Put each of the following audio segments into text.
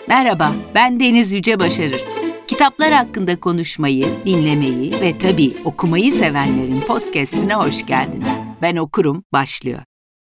Merhaba, ben Deniz Yüce Başarır. Kitaplar hakkında konuşmayı, dinlemeyi ve tabii okumayı sevenlerin podcast'ine hoş geldiniz. Ben okurum, başlıyor.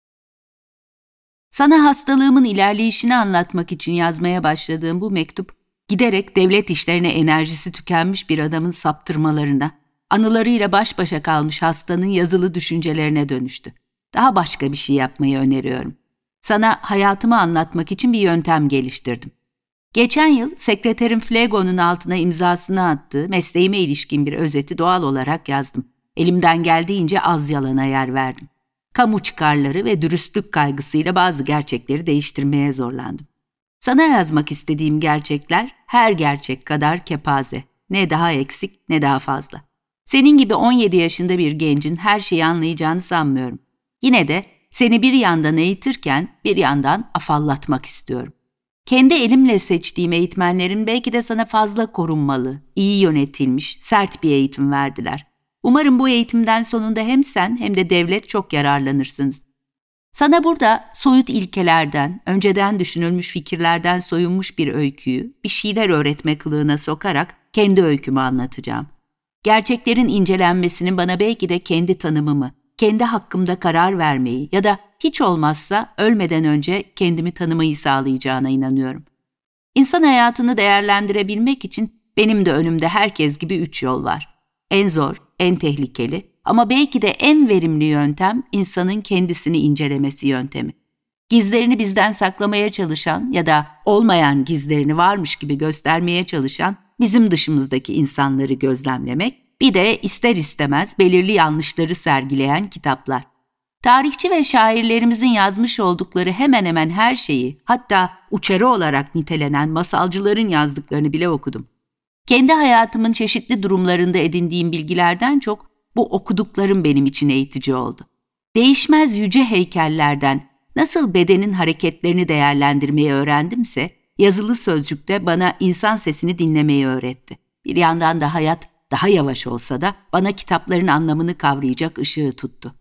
Sana hastalığımın ilerleyişini anlatmak için yazmaya başladığım bu mektup, giderek devlet işlerine enerjisi tükenmiş bir adamın saptırmalarına, anılarıyla baş başa kalmış hastanın yazılı düşüncelerine dönüştü. Daha başka bir şey yapmayı öneriyorum. Sana hayatımı anlatmak için bir yöntem geliştirdim. Geçen yıl sekreterim Flego'nun altına imzasını attığı mesleğime ilişkin bir özeti doğal olarak yazdım. Elimden geldiğince az yalana yer verdim. Kamu çıkarları ve dürüstlük kaygısıyla bazı gerçekleri değiştirmeye zorlandım. Sana yazmak istediğim gerçekler her gerçek kadar kepaze. Ne daha eksik ne daha fazla. Senin gibi 17 yaşında bir gencin her şeyi anlayacağını sanmıyorum. Yine de seni bir yandan eğitirken bir yandan afallatmak istiyorum. Kendi elimle seçtiğim eğitmenlerin belki de sana fazla korunmalı, iyi yönetilmiş, sert bir eğitim verdiler. Umarım bu eğitimden sonunda hem sen hem de devlet çok yararlanırsınız. Sana burada soyut ilkelerden, önceden düşünülmüş fikirlerden soyunmuş bir öyküyü, bir şeyler öğretme kılığına sokarak kendi öykümü anlatacağım. Gerçeklerin incelenmesinin bana belki de kendi tanımımı, kendi hakkımda karar vermeyi ya da hiç olmazsa ölmeden önce kendimi tanımayı sağlayacağına inanıyorum. İnsan hayatını değerlendirebilmek için benim de önümde herkes gibi 3 yol var. En zor, en tehlikeli ama belki de en verimli yöntem insanın kendisini incelemesi yöntemi. Gizlerini bizden saklamaya çalışan ya da olmayan gizlerini varmış gibi göstermeye çalışan bizim dışımızdaki insanları gözlemlemek, bir de ister istemez belirli yanlışları sergileyen kitaplar. Tarihçi ve şairlerimizin yazmış oldukları hemen hemen her şeyi, hatta uçarı olarak nitelenen masalcıların yazdıklarını bile okudum. Kendi hayatımın çeşitli durumlarında edindiğim bilgilerden çok bu okuduklarım benim için eğitici oldu. Değişmez yüce heykellerden nasıl bedenin hareketlerini değerlendirmeyi öğrendimse, yazılı sözcükte bana insan sesini dinlemeyi öğretti. Bir yandan da hayat daha yavaş olsa da bana kitapların anlamını kavrayacak ışığı tuttu.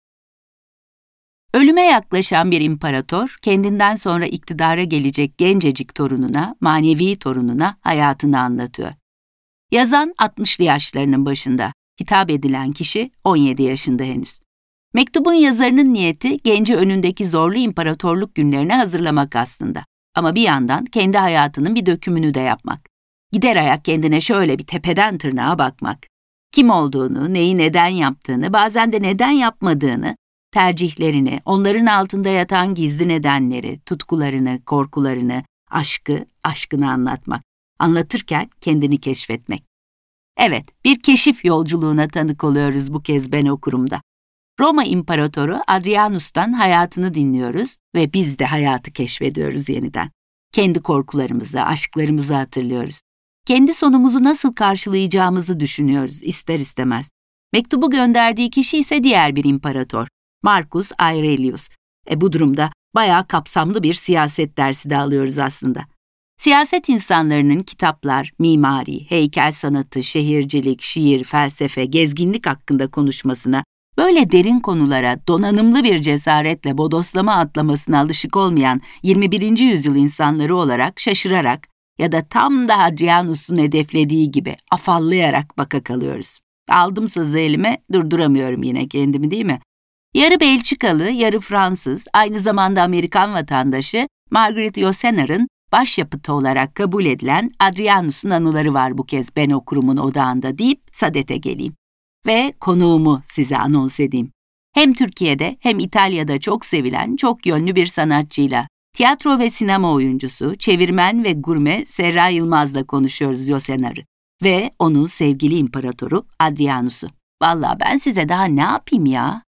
Ölüme yaklaşan bir imparator, kendinden sonra iktidara gelecek gencecik torununa, manevi torununa hayatını anlatıyor. Yazan 60'lı yaşlarının başında, hitap edilen kişi 17 yaşında henüz. Mektubun yazarının niyeti genci önündeki zorlu imparatorluk günlerine hazırlamak aslında. Ama bir yandan kendi hayatının bir dökümünü de yapmak. Gider ayak kendine şöyle bir tepeden tırnağa bakmak. Kim olduğunu, neyi neden yaptığını, bazen de neden yapmadığını, tercihlerini, onların altında yatan gizli nedenleri, tutkularını, korkularını, aşkını anlatmak. Anlatırken kendini keşfetmek. Evet, bir keşif yolculuğuna tanık oluyoruz bu kez Ben Okurum'da. Roma İmparatoru Adrianus'tan hayatını dinliyoruz ve biz de hayatı keşfediyoruz yeniden. Kendi korkularımızı, aşklarımızı hatırlıyoruz. Kendi sonumuzu nasıl karşılayacağımızı düşünüyoruz ister istemez. Mektubu gönderdiği kişi ise diğer bir imparator, Marcus Aurelius. Bu durumda bayağı kapsamlı bir siyaset dersi de alıyoruz aslında. Siyaset insanlarının kitaplar, mimari, heykel sanatı, şehircilik, şiir, felsefe, gezginlik hakkında konuşmasına, böyle derin konulara donanımlı bir cesaretle bodoslama atlamasına alışık olmayan 21. yüzyıl insanları olarak şaşırarak ya da tam da Hadrianus'un hedeflediği gibi afallayarak baka kalıyoruz. Aldım sızı elime, durduramıyorum yine kendimi, değil mi? Yarı Belçikalı, yarı Fransız, aynı zamanda Amerikan vatandaşı Margaret Yourcenar'ın başyapıtı olarak kabul edilen Adrianus'un anıları var bu kez Ben Okurum'un odağında deyip sadete geleyim. Ve konuğumu size anons edeyim. Hem Türkiye'de hem İtalya'da çok sevilen, çok yönlü bir sanatçıyla, tiyatro ve sinema oyuncusu, çevirmen ve gurme Serra Yılmaz'la konuşuyoruz Yourcenar'ı. Ve onun sevgili imparatoru Adrianus'u. Vallahi ben size daha ne yapayım ya?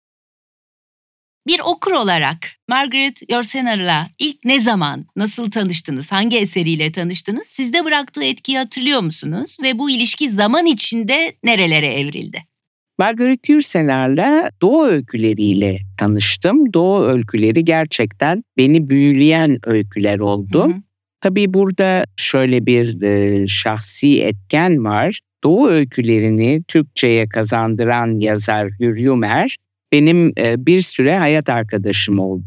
Bir okur olarak Margaret Yourcenar'la ilk ne zaman, nasıl tanıştınız, hangi eseriyle tanıştınız, sizde bıraktığı etkiyi hatırlıyor musunuz ve bu ilişki zaman içinde nerelere evrildi? Margaret Yourcenar'la Doğu öyküleriyle tanıştım. Doğu öyküleri gerçekten beni büyüleyen öyküler oldu. Tabii burada şöyle bir şahsi etken var. Doğu öykülerini Türkçe'ye kazandıran yazar Hür Yumer benim bir süre hayat arkadaşım oldu.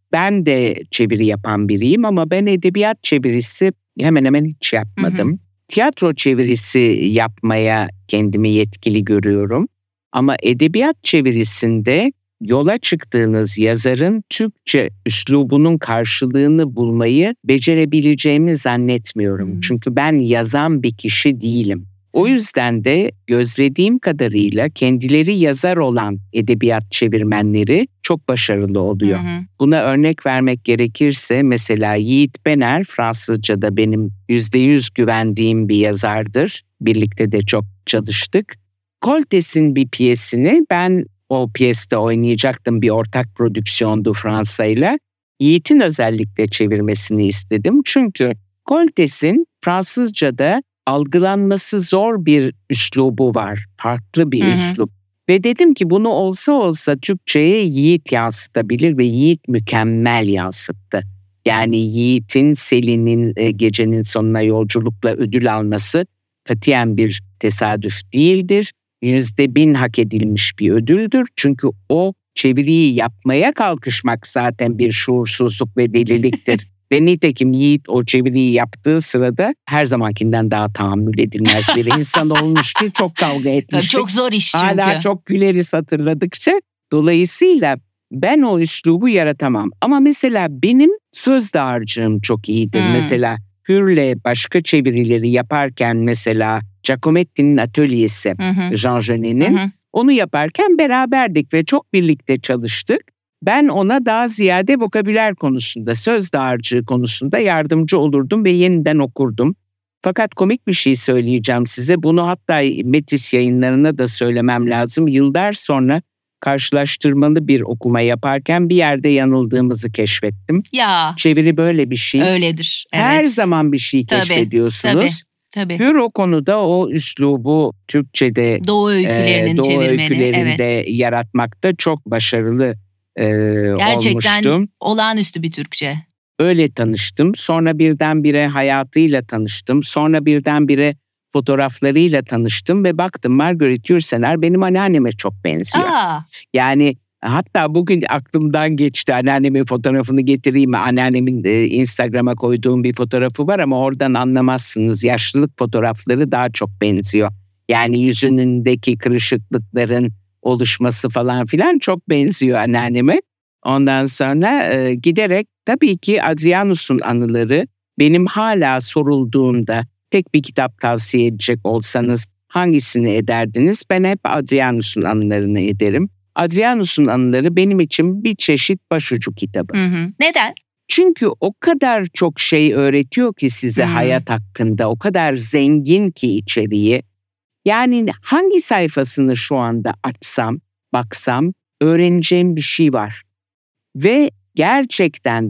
Ben de çeviri yapan biriyim ama ben edebiyat çevirisi hemen hemen hiç yapmadım. Tiyatro çevirisi yapmaya kendimi yetkili görüyorum. Ama edebiyat çevirisinde yola çıktığınız yazarın Türkçe üslubunun karşılığını bulmayı becerebileceğimi zannetmiyorum. Çünkü ben yazan bir kişi değilim. O yüzden de gözlediğim kadarıyla kendileri yazar olan edebiyat çevirmenleri çok başarılı oluyor. Buna örnek vermek gerekirse mesela Yiğit Bener Fransızca'da benim %100 güvendiğim bir yazardır. Birlikte de çok çalıştık. Koltes'in bir piyesini ben o piyeste oynayacaktım, bir ortak prodüksiyondu Fransa'yla. Yiğit'in özellikle çevirmesini istedim. Çünkü Koltes'in Fransızca'da algılanması zor bir üslubu var. Farklı bir üslup. Ve dedim ki bunu olsa Türkçe'ye Yiğit yansıtabilir ve Yiğit mükemmel yansıttı. Yani Yiğit'in Selin'in Gecenin Sonuna Yolculuk'la ödül alması katiyen bir tesadüf değildir. %1000 hak edilmiş bir ödüldür. Çünkü o çeviriyi yapmaya kalkışmak zaten bir şuursuzluk ve deliliktir. Ve nitekim Yiğit o çeviriyi yaptığı sırada her zamankinden daha tahammül edilmez bir insan olmuştu. Çok kavga etmiştik. Çok zor iş çünkü. Hala çok güleriz hatırladıkça. Dolayısıyla ben o üslubu yaratamam. Ama mesela benim söz dağarcığım çok iyidir. Mesela Hür'le başka çevirileri yaparken mesela Giacometti'nin atölyesi, Jean Genet'in, onu yaparken beraberdik ve çok birlikte çalıştık. Ben ona daha ziyade vokabüler konusunda, söz dağarcığı konusunda yardımcı olurdum ve yeniden okurdum. Fakat komik bir şey söyleyeceğim size. Bunu hatta Metis yayınlarına da söylemem lazım. Yıllar sonra karşılaştırmalı bir okuma yaparken bir yerde yanıldığımızı keşfettim. Ya. Çeviri böyle bir şey. Öyledir. Evet. Her zaman bir şey keşfediyorsunuz. Tabii. Hür o konuda o üslubu Türkçe'de Doğu öykülerinde yaratmakta çok başarılı gerçekten olmuştum. Olağanüstü bir Türkçe. Öyle tanıştım. Sonra birdenbire hayatıyla tanıştım. Sonra birdenbire fotoğraflarıyla tanıştım ve baktım Marguerite Yourcenar benim anneanneme çok benziyor. Yani hatta bugün aklımdan geçti, anneannemin fotoğrafını getireyim mi? Anneannemin Instagram'a koyduğum bir fotoğrafı var ama oradan anlamazsınız. Yaşlılık fotoğrafları daha çok benziyor. Yani yüzünündeki kırışıklıkların oluşması falan filan çok benziyor anneanneme. Ondan sonra giderek tabii ki Adrianus'un anıları benim hala sorulduğunda tek bir kitap tavsiye edecek olsanız hangisini ederdiniz? Ben hep Adrianus'un anılarını ederim. Adrianus'un anıları benim için bir çeşit başucu kitabı. Neden? Çünkü o kadar çok şey öğretiyor ki size hayat hakkında, o kadar zengin ki içeriği. Yani hangi sayfasını şu anda açsam, baksam öğreneceğim bir şey var. Ve gerçekten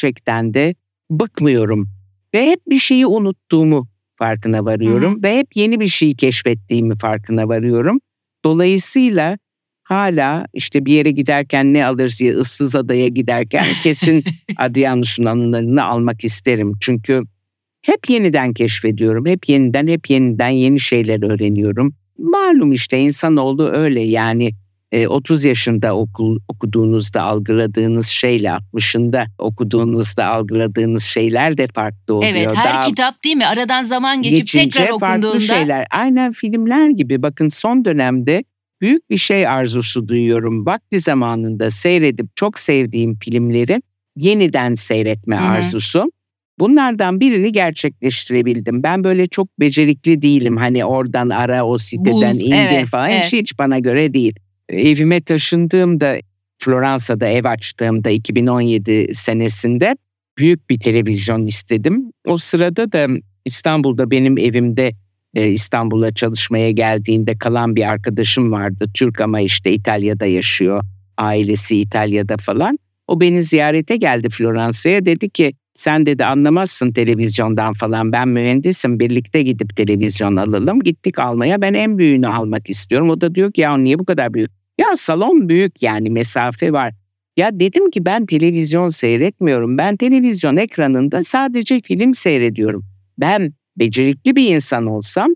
de bıkmıyorum. Ve hep bir şeyi unuttuğumu farkına varıyorum. Ve hep yeni bir şey keşfettiğimi farkına varıyorum. Dolayısıyla hala işte bir yere giderken ne alırız diye Issızada'ya giderken kesin Adrianus'un anılarını almak isterim. Çünkü hep yeniden keşfediyorum. Hep yeniden yeni şeyler öğreniyorum. Malum işte insanoğlu öyle yani 30 yaşında okuduğunuzda algıladığınız şeyle 60'ında okuduğunuzda algıladığınız şeyler de farklı oluyor. Evet, her kitap değil mi? Aradan zaman geçip tekrar okunduğunda. Farklı şeyler. Aynen filmler gibi. Bakın son dönemde büyük bir şey arzusu duyuyorum. Vakti zamanında seyredip çok sevdiğim filmleri yeniden seyretme arzusu. Bunlardan birini gerçekleştirebildim. Ben böyle çok becerikli değilim. Hani oradan ara, o siteden indir falan. Hiç bana göre değil. Evime taşındığımda, Floransa'da ev açtığımda 2017 senesinde büyük bir televizyon istedim. O sırada da İstanbul'da benim evimde İstanbul'a çalışmaya geldiğinde kalan bir arkadaşım vardı. Türk ama işte İtalya'da yaşıyor. Ailesi İtalya'da falan. O beni ziyarete geldi Floransa'ya. Dedi ki sen dedi anlamazsın televizyondan falan. Ben mühendisim, birlikte gidip televizyon alalım. Gittik almaya, ben en büyüğünü almak istiyorum. O da diyor ki ya niye bu kadar büyük? Ya salon büyük yani mesafe var. Ya dedim ki ben televizyon seyretmiyorum. Ben televizyon ekranında sadece film seyrediyorum. Ben becerikli bir insan olsam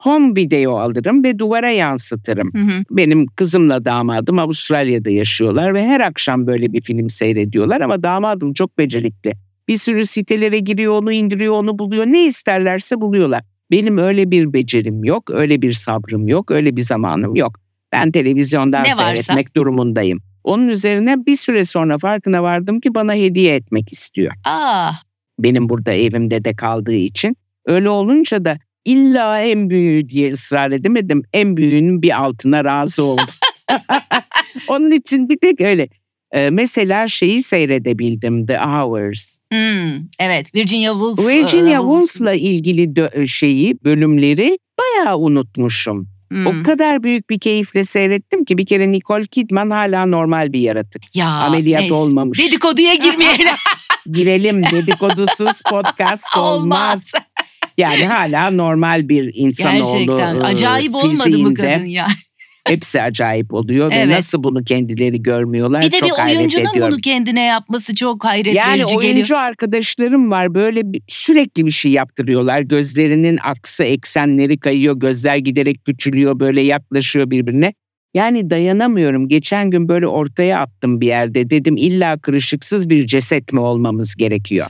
home video alırım ve duvara yansıtırım. Benim kızımla damadım Avustralya'da yaşıyorlar ve her akşam böyle bir film seyrediyorlar ama damadım çok becerikli. Bir sürü sitelere giriyor, onu indiriyor, onu buluyor. Ne isterlerse buluyorlar. Benim öyle bir becerim yok, öyle bir sabrım yok, öyle bir zamanım yok. Ben televizyondan seyretmek durumundayım. Onun üzerine bir süre sonra farkına vardım ki bana hediye etmek istiyor. Benim burada evimde de kaldığı için. Öyle olunca da illa en büyüğü diye ısrar edemedim. En büyüğünün bir altına razı oldum. Onun için bir tek öyle. Mesela şeyi seyredebildim, The Hours. Evet, Virginia Woolf. Virginia Woolf'la ilgili bölümleri bayağı unutmuşum. O kadar büyük bir keyifle seyrettim ki bir kere Nicole Kidman hala normal bir yaratık. Ameliyat olmamış. Dedikoduya girmeyelim. Girelim, dedikodusuz podcast olmaz. Yani hala normal bir insanoğlu. Gerçekten acayip olmadı mı kadın ya? Hepsi acayip oluyor ve nasıl bunu kendileri görmüyorlar, çok hayret ediyorum. Bir de bir oyuncunun bunu kendine yapması çok hayret verici geliyor. Yani oyuncu arkadaşlarım var, böyle sürekli bir şey yaptırıyorlar. Gözlerinin aksı, eksenleri kayıyor, gözler giderek küçülüyor, böyle yaklaşıyor birbirine. Yani dayanamıyorum. Geçen gün böyle ortaya attım bir yerde. Dedim illa kırışıksız bir ceset mi olmamız gerekiyor?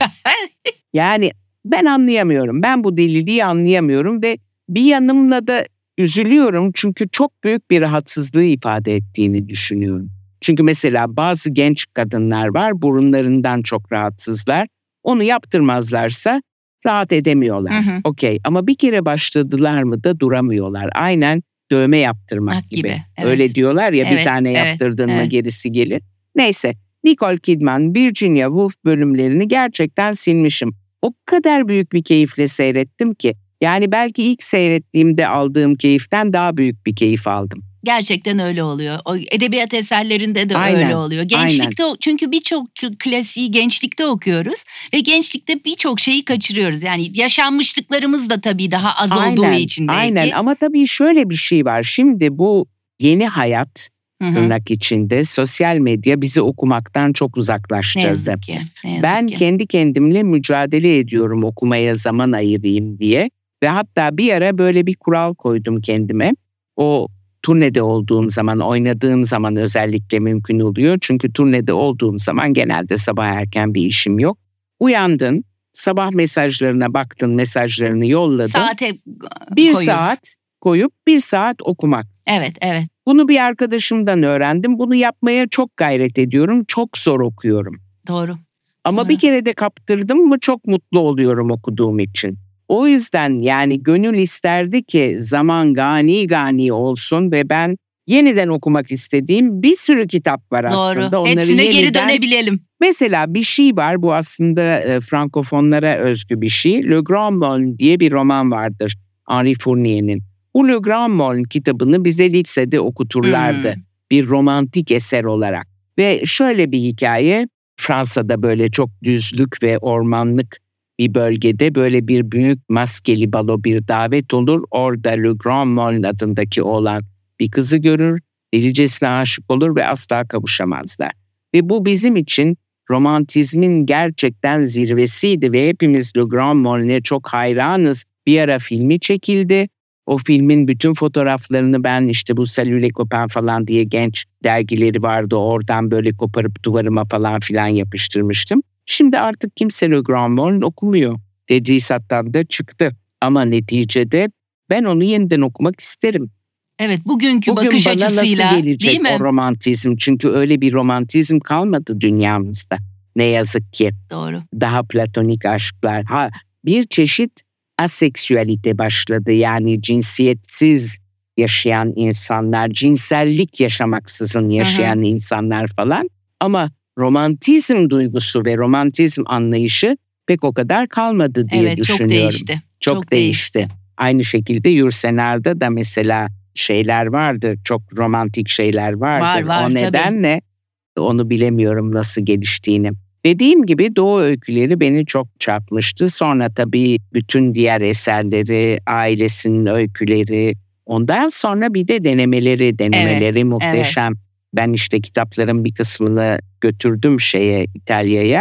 Yani ben anlayamıyorum. Ben bu deliliği anlayamıyorum ve bir yanımla da üzülüyorum çünkü çok büyük bir rahatsızlığı ifade ettiğini düşünüyorum. Çünkü mesela bazı genç kadınlar var, burunlarından çok rahatsızlar. Onu yaptırmazlarsa rahat edemiyorlar. Okey, ama bir kere başladılar mı da duramıyorlar. Aynen dövme yaptırmak gibi. Evet. Öyle diyorlar ya, bir tane yaptırdın mı gerisi gelir. Neyse, Nicole Kidman, Virginia Woolf bölümlerini gerçekten silmişim. O kadar büyük bir keyifle seyrettim ki. Yani belki ilk seyrettiğimde aldığım keyiften daha büyük bir keyif aldım. Gerçekten öyle oluyor. O edebiyat eserlerinde de öyle oluyor. Gençlikte çünkü birçok klasiği gençlikte okuyoruz ve gençlikte birçok şeyi kaçırıyoruz. Yani yaşanmışlıklarımız da tabii daha az olduğu için belki. Aynen, ama tabii şöyle bir şey var. Şimdi bu yeni hayat tırnak içinde sosyal medya bizi okumaktan çok uzaklaştırdı. Ne yazık ki. Ben kendi kendimle mücadele ediyorum okumaya zaman ayırayım diye. Ve hatta bir ara böyle bir kural koydum kendime. O turnede olduğum zaman, oynadığım zaman özellikle mümkün oluyor. Çünkü turnede olduğum zaman genelde sabah erken bir işim yok. Uyandın, sabah mesajlarına baktın, mesajlarını yolladın. Saate bir saat koyup 1 saat okumak. Evet. Bunu bir arkadaşımdan öğrendim. Bunu yapmaya çok gayret ediyorum. Çok zor okuyorum. Doğru. Ama bir kere de kaptırdım mı çok mutlu oluyorum okuduğum için. O yüzden yani gönül isterdi ki zaman gani olsun ve ben yeniden okumak istediğim bir sürü kitap var aslında. Doğru. Hepsine geri dönebilelim. Mesela bir şey var, bu aslında Frankofonlara özgü bir şey. Le Grand Molne diye bir roman vardır Henri Fournier'in. Bu Le Grand Molne kitabını bize lisede okuturlardı. Bir romantik eser olarak. Ve şöyle bir hikaye, Fransa'da böyle çok düzlük ve ormanlık bir bölgede böyle bir büyük maskeli balo bir davet olur. Orada Le Grand Molne adındaki oğlan bir kızı görür, delicesine aşık olur ve asla kavuşamazlar. Ve bu bizim için romantizmin gerçekten zirvesiydi ve hepimiz Le Grand Molne'e çok hayranız. Bir ara filmi çekildi. O filmin bütün fotoğraflarını ben işte bu Salut les Copains falan diye genç dergileri vardı. Oradan böyle koparıp duvarıma falan filan yapıştırmıştım. Şimdi artık kimse Le Grand Molne okumuyor. Tedrisattan da çıktı. Ama neticede ben onu yeniden okumak isterim. Evet, bugünkü bakış açısıyla bugün bana nasıl gelecek değil mi? O romantizm? Çünkü öyle bir romantizm kalmadı dünyamızda. Ne yazık ki. Doğru. Daha platonik aşklar. Bir çeşit aseksüalite başladı. Yani cinsiyetsiz yaşayan insanlar, cinsellik yaşamaksızın yaşayan insanlar falan. Ama romantizm duygusu ve romantizm anlayışı pek o kadar kalmadı diye düşünüyorum. Çok değişti. Çok değişti. Aynı şekilde Yursenar'da da mesela şeyler vardı. Çok romantik şeyler vardır. Var, o nedenle onu bilemiyorum nasıl geliştiğini. Dediğim gibi Doğu öyküleri beni çok çarpmıştı. Sonra tabii bütün diğer eserleri, ailesinin öyküleri, ondan sonra bir de denemeleri muhteşem. Evet. Ben işte kitapların bir kısmını götürdüm İtalya'ya.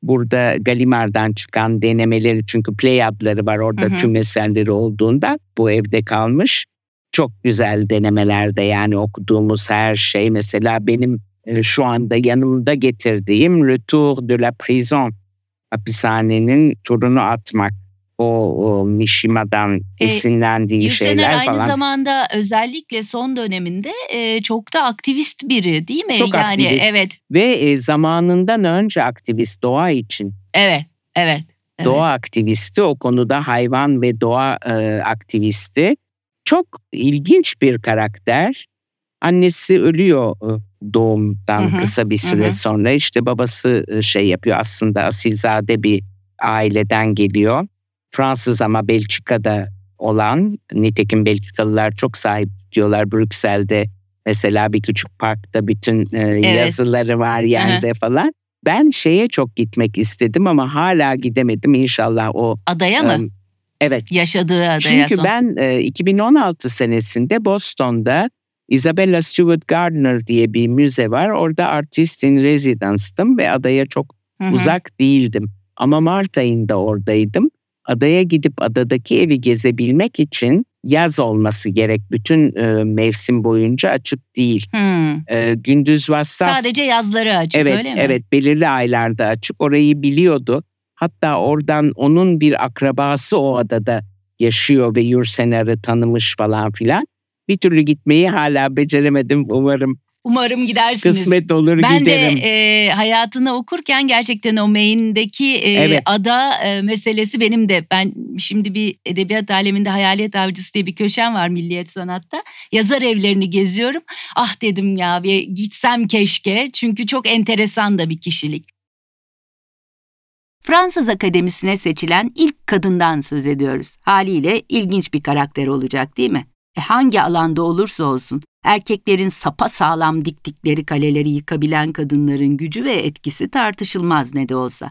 burada Gallimard'dan çıkan denemeleri, çünkü Pleiadları var orada, tüm eserleri olduğunda bu evde kalmış. Çok güzel denemelerde, yani okuduğumuz her şey. Mesela benim şu anda yanımda getirdiğim Le Tour de la Prison, hapishanenin turunu atmak. O Mishima'dan esinlendiği şeyler Yusener falan. aynı zamanda özellikle son döneminde çok da aktivist biri, değil mi? Çok aktivist. Evet. Ve zamanından önce aktivist, doğa için. Evet. Doğa aktivisti, o konuda hayvan ve doğa aktivisti. Çok ilginç bir karakter. Annesi ölüyor doğumdan kısa bir süre sonra. İşte babası yapıyor, aslında asilzade bir aileden geliyor. Fransız ama Belçika'da olan, nitekim Belçikalılar çok sahip diyorlar. Brüksel'de mesela bir küçük parkta bütün yazıları var yerde falan. Ben çok gitmek istedim ama hala gidemedim. İnşallah o... Adaya mı? Evet. Yaşadığı adaya. Çünkü ben 2016 senesinde Boston'da Isabella Stewart Gardner diye bir müze var. Orada artist in residence'tım ve adaya çok uzak değildim. Ama Mart ayında oradaydım. Adaya gidip adadaki evi gezebilmek için yaz olması gerek. Bütün mevsim boyunca açık değil. Gündüz vassaf. Sadece yazları açık, öyle mi? Evet, belirli aylarda açık. Orayı biliyordu. Hatta oradan onun bir akrabası o adada yaşıyor ve Yursener'i tanımış falan filan. Bir türlü gitmeyi hala beceremedim. Umarım gidersiniz. Kısmet olur, ben giderim. Ben de hayatını okurken gerçekten o Maine'deki ada meselesi benim de. Ben şimdi bir edebiyat aleminde Hayalet Avcısı diye bir köşem var Milliyet Sanat'ta. Yazar evlerini geziyorum. Ah dedim ya, bir gitsem keşke. Çünkü çok enteresan da bir kişilik. Fransız Akademisi'ne seçilen ilk kadından söz ediyoruz. Haliyle ilginç bir karakter olacak, değil mi? Hangi alanda olursa olsun, erkeklerin sapasağlam diktikleri kaleleri yıkabilen kadınların gücü ve etkisi tartışılmaz ne de olsa.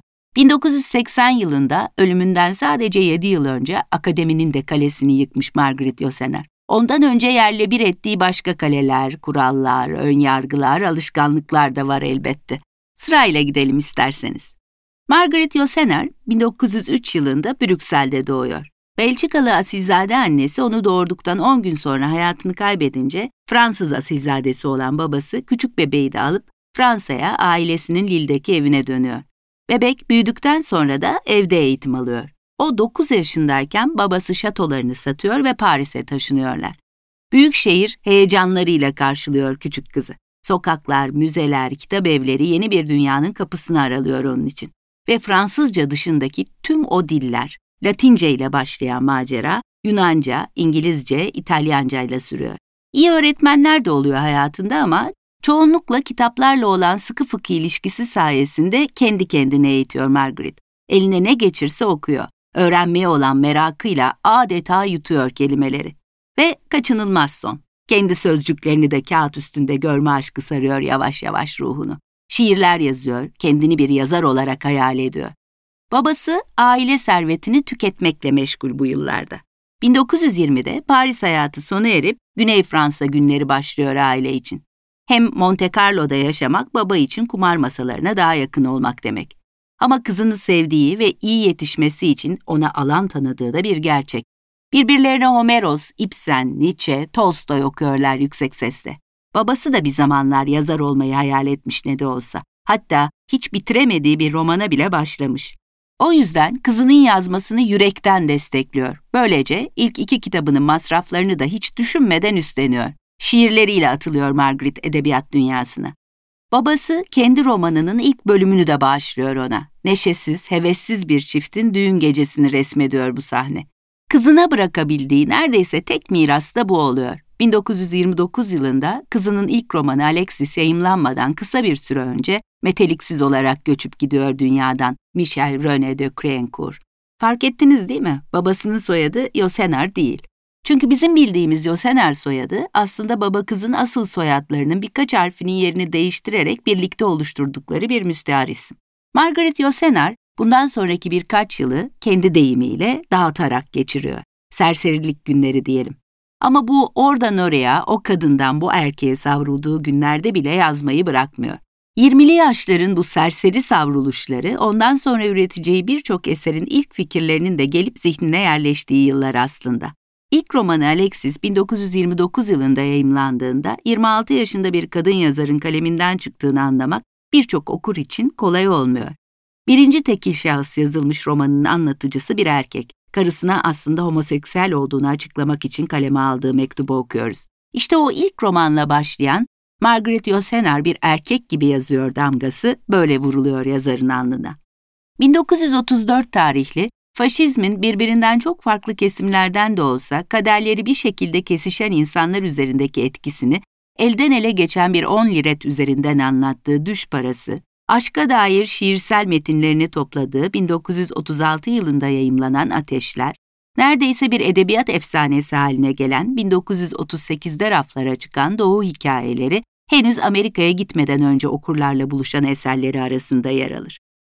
1980 yılında ölümünden sadece 7 yıl önce akademinin de kalesini yıkmış Marguerite Yourcenar. Ondan önce yerle bir ettiği başka kaleler, kurallar, önyargılar, alışkanlıklar da var elbette. Sırayla gidelim isterseniz. Marguerite Yourcenar 1903 yılında Brüksel'de doğuyor. Belçikalı asilzade annesi onu doğurduktan 10 gün sonra hayatını kaybedince Fransız asilzadesi olan babası küçük bebeği de alıp Fransa'ya, ailesinin Lille'deki evine dönüyor. Bebek büyüdükten sonra da evde eğitim alıyor. O 9 yaşındayken babası şatolarını satıyor ve Paris'e taşınıyorlar. Büyük şehir heyecanlarıyla karşılıyor küçük kızı. Sokaklar, müzeler, kitap evleri yeni bir dünyanın kapısını aralıyor onun için. Ve Fransızca dışındaki tüm o diller, Latince ile başlayan macera, Yunanca, İngilizce, İtalyanca ile sürüyor. İyi öğretmenler de oluyor hayatında ama çoğunlukla kitaplarla olan sıkı fıkı ilişkisi sayesinde kendi kendine eğitiyor Marguerite. Eline ne geçirse okuyor. Öğrenmeye olan merakıyla adeta yutuyor kelimeleri. Ve kaçınılmaz son. Kendi sözcüklerini de kağıt üstünde görme aşkı sarıyor yavaş yavaş ruhunu. Şiirler yazıyor, kendini bir yazar olarak hayal ediyor. Babası aile servetini tüketmekle meşgul bu yıllarda. 1920'de Paris hayatı sona erip Güney Fransa günleri başlıyor aile için. Hem Monte Carlo'da yaşamak baba için kumar masalarına daha yakın olmak demek. Ama kızını sevdiği ve iyi yetişmesi için ona alan tanıdığı da bir gerçek. Birbirlerine Homeros, Ibsen, Nietzsche, Tolstoy okuyorlar yüksek sesle. Babası da bir zamanlar yazar olmayı hayal etmiş ne de olsa. Hatta hiç bitiremediği bir romana bile başlamış. O yüzden kızının yazmasını yürekten destekliyor. Böylece ilk 2 kitabının masraflarını da hiç düşünmeden üstleniyor. Şiirleriyle atılıyor Marguerite edebiyat dünyasına. Babası kendi romanının ilk bölümünü de bağışlıyor ona. Neşesiz, hevessiz bir çiftin düğün gecesini resmediyor bu sahne. Kızına bırakabildiği neredeyse tek miras da bu oluyor. 1929 yılında kızının ilk romanı Alexis yayımlanmadan kısa bir süre önce meteliksiz olarak göçüp gidiyor dünyadan, Michel René de Créancourt. Fark ettiniz değil mi? Babasının soyadı Yourcenar değil. Çünkü bizim bildiğimiz Yourcenar soyadı aslında baba kızın asıl soyadlarının birkaç harfinin yerini değiştirerek birlikte oluşturdukları bir müstehar isim. Marguerite Yourcenar bundan sonraki birkaç yılı kendi deyimiyle dağıtarak geçiriyor. Serserilik günleri diyelim. Ama bu oradan oraya, o kadından bu erkeğe savrulduğu günlerde bile yazmayı bırakmıyor. 20'li yaşların bu serseri savruluşları ondan sonra üreteceği birçok eserin ilk fikirlerinin de gelip zihnine yerleştiği yıllar aslında. İlk romanı Alexis 1929 yılında yayımlandığında 26 yaşında bir kadın yazarın kaleminden çıktığını anlamak birçok okur için kolay olmuyor. Birinci tekil şahıs yazılmış romanın anlatıcısı bir erkek. Karısına aslında homoseksüel olduğunu açıklamak için kaleme aldığı mektubu okuyoruz. İşte o ilk romanla başlayan Margaret Yourcenar bir erkek gibi yazıyor damgası böyle vuruluyor yazarın alnına. 1934 tarihli, faşizmin birbirinden çok farklı kesimlerden de olsa kaderleri bir şekilde kesişen insanlar üzerindeki etkisini elden ele geçen bir 10 liret üzerinden anlattığı Düş Parası, aşka dair şiirsel metinlerini topladığı 1936 yılında yayımlanan Ateşler, neredeyse bir edebiyat efsanesi haline gelen 1938'de raflara çıkan Doğu hikayeleri henüz Amerika'ya gitmeden önce okurlarla buluşan eserleri arasında yer alır.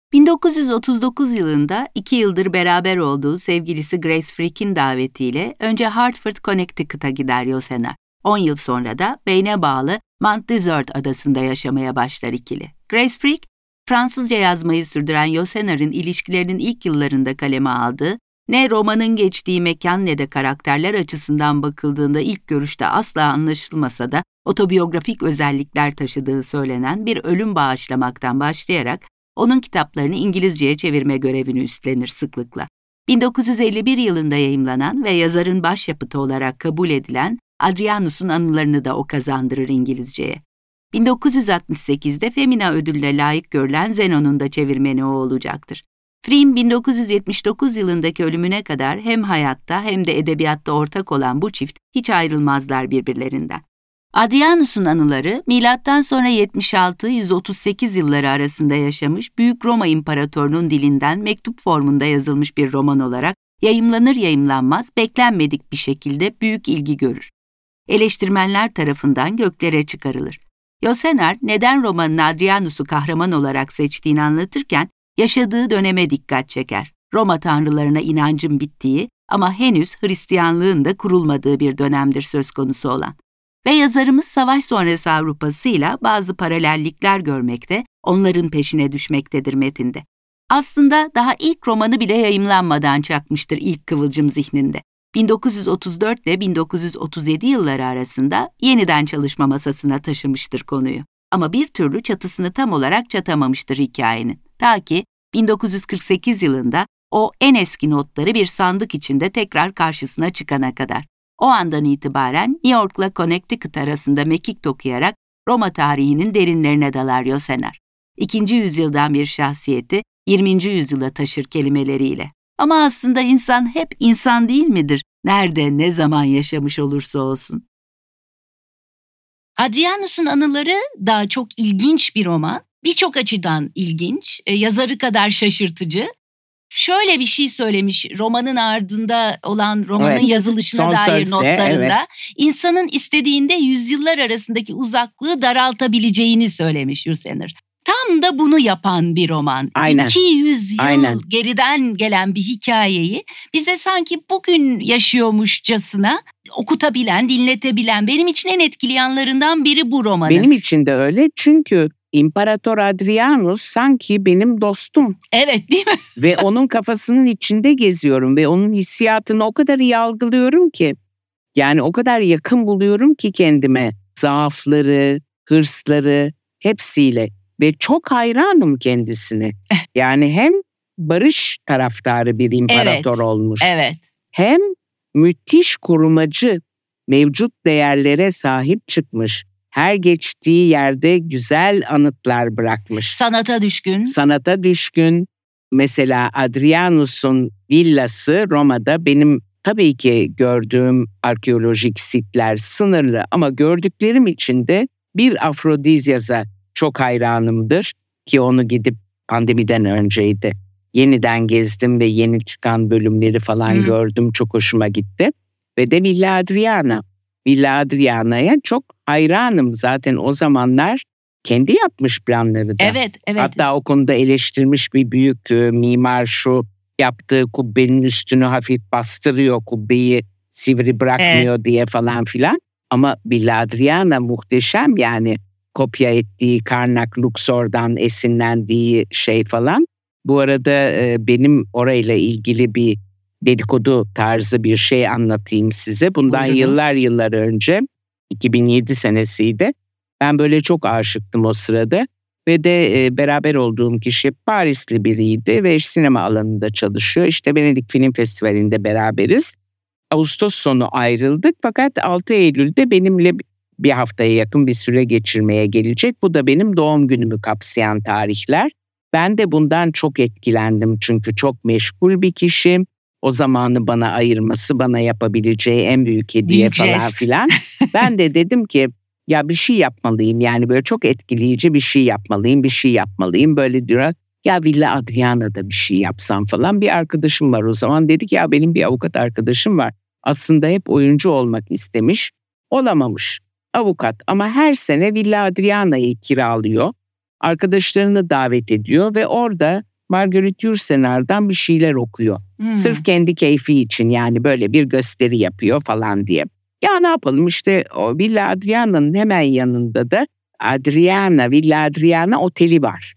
1939 yılında 2 yıldır beraber olduğu sevgilisi Grace Frick'in davetiyle önce Hartford, Connecticut'a gider Yourcenar. 10 yıl sonra da Maine'e bağlı Mount Desert adasında yaşamaya başlar ikili. Grace Frick, Fransızca yazmayı sürdüren Yourcenar'ın ilişkilerinin ilk yıllarında kaleme aldığı, ne romanın geçtiği mekan ne de karakterler açısından bakıldığında ilk görüşte asla anlaşılmasa da otobiyografik özellikler taşıdığı söylenen bir ölüm bağışlamaktan başlayarak onun kitaplarını İngilizceye çevirme görevini üstlenir sıklıkla. 1951 yılında yayımlanan ve yazarın başyapıtı olarak kabul edilen Adrianus'un anılarını da o kazandırır İngilizceye. 1968'de Femina ödülüne layık görülen Zenon'un da çevirmeni o olacaktır. Frick'in 1979 yılındaki ölümüne kadar hem hayatta hem de edebiyatta ortak olan bu çift hiç ayrılmazlar birbirlerinden. Adrianus'un anıları, milattan sonra 76-138 yılları arasında yaşamış Büyük Roma İmparatorluğu'nun dilinden mektup formunda yazılmış bir roman olarak yayımlanır yayımlanmaz beklenmedik bir şekilde büyük ilgi görür. Eleştirmenler tarafından göklere çıkarılır. Yourcenar neden romanın Adrianus'u kahraman olarak seçtiğini anlatırken yaşadığı döneme dikkat çeker. Roma tanrılarına inancın bittiği ama henüz Hristiyanlığın da kurulmadığı bir dönemdir söz konusu olan. Ve yazarımız savaş sonrası Avrupa'sıyla bazı paralellikler görmekte, onların peşine düşmektedir metinde. Aslında daha ilk romanı bile yayımlanmadan çakmıştır ilk kıvılcım zihninde. 1934 ile 1937 yılları arasında yeniden çalışma masasına taşımıştır konuyu. Ama bir türlü çatısını tam olarak çatamamıştır hikayenin. Ta ki 1948 yılında o en eski notları bir sandık içinde tekrar karşısına çıkana kadar. O andan itibaren New York'la Connecticut arasında mekik okuyarak Roma tarihinin derinlerine dalar Yourcenar. 2. yüzyıldan bir şahsiyeti 20. yüzyıla taşır kelimeleriyle. Ama aslında insan hep insan değil midir? Nerede, ne zaman yaşamış olursa olsun. Adrianus'un anıları daha çok ilginç bir roman. Birçok açıdan ilginç, yazarı kadar şaşırtıcı. Şöyle bir şey söylemiş romanın ardında olan romanın yazılışına dair notlarında. İnsanın istediğinde yüzyıllar arasındaki uzaklığı daraltabileceğini söylemiş Yourcenar. Tam da bunu yapan bir roman. Aynen. 200 yıl geriden gelen bir hikayeyi bize sanki bugün yaşıyormuşçasına okutabilen, dinletebilen, benim için en etkili yanlarından biri bu romanın. Benim için de öyle çünkü İmparator Adrianus sanki benim dostum. Evet, değil mi? Ve onun kafasının içinde geziyorum ve onun hissiyatını o kadar iyi algılıyorum ki. Yani o kadar yakın buluyorum ki kendime. Zaafları, hırsları hepsiyle. Ve çok hayranım kendisine. Yani hem barış taraftarı bir imparator olmuş. Evet. Hem müthiş korumacı, mevcut değerlere sahip çıkmış. Her geçtiği yerde güzel anıtlar bırakmış. Sanata düşkün. Sanata düşkün. Mesela Adrianus'un villası Roma'da benim tabii ki gördüğüm arkeolojik sitler sınırlı ama gördüklerim içinde bir Afrodizyaza çok hayranımdır ki onu gidip pandemiden önceydi. Yeniden gezdim ve yeni çıkan bölümleri falan gördüm. Çok hoşuma gitti. Ve de Villa Adriana. Villa Adriana'ya çok hayranım. Zaten o zamanlar kendi yapmış planları da. Evet. Hatta o konuda eleştirmiş bir büyük mimar şu yaptığı kubbenin üstünü hafif bastırıyor. Kubbeyi sivri bırakmıyor diye falan filan. Ama Villa Adriana muhteşem yani. kopya ettiği, Karnak, Luxor'dan esinlendiği şey falan. Bu arada benim orayla ilgili bir dedikodu tarzı bir şey anlatayım size. Bundan Buyurunuz. yıllar önce, 2007 senesiydi. Ben böyle çok aşıktım o sırada. Ve de beraber olduğum kişi Parisli biriydi ve sinema alanında çalışıyor. İşte Venedik Film Festivali'nde beraberiz. Ağustos sonu ayrıldık fakat 6 Eylül'de benimle bir haftaya yakın bir süre geçirmeye gelecek. Bu da benim doğum günümü kapsayan tarihler. Ben de bundan çok etkilendim çünkü çok meşgul bir kişi. O zamanı bana ayırması, bana yapabileceği en büyük hediye Büyük falan jest. filan. Ben de dedim ki ya bir şey yapmalıyım, yani böyle çok etkileyici bir şey yapmalıyım. Böyle diyor ya Villa Adriana'da bir şey yapsam falan. Bir arkadaşım var o zaman, dedik ya benim bir avukat arkadaşım var. Aslında hep oyuncu olmak istemiş, olamamış avukat ama her sene Villa Adriana'yı kiralıyor. Arkadaşlarını davet ediyor ve orada Marguerite Yourcenar'dan bir şeyler okuyor. Sırf kendi keyfi için, yani böyle bir gösteri yapıyor falan diye. Ya ne yapalım işte, o Villa Adriana'nın hemen yanında da Villa Adriana oteli var.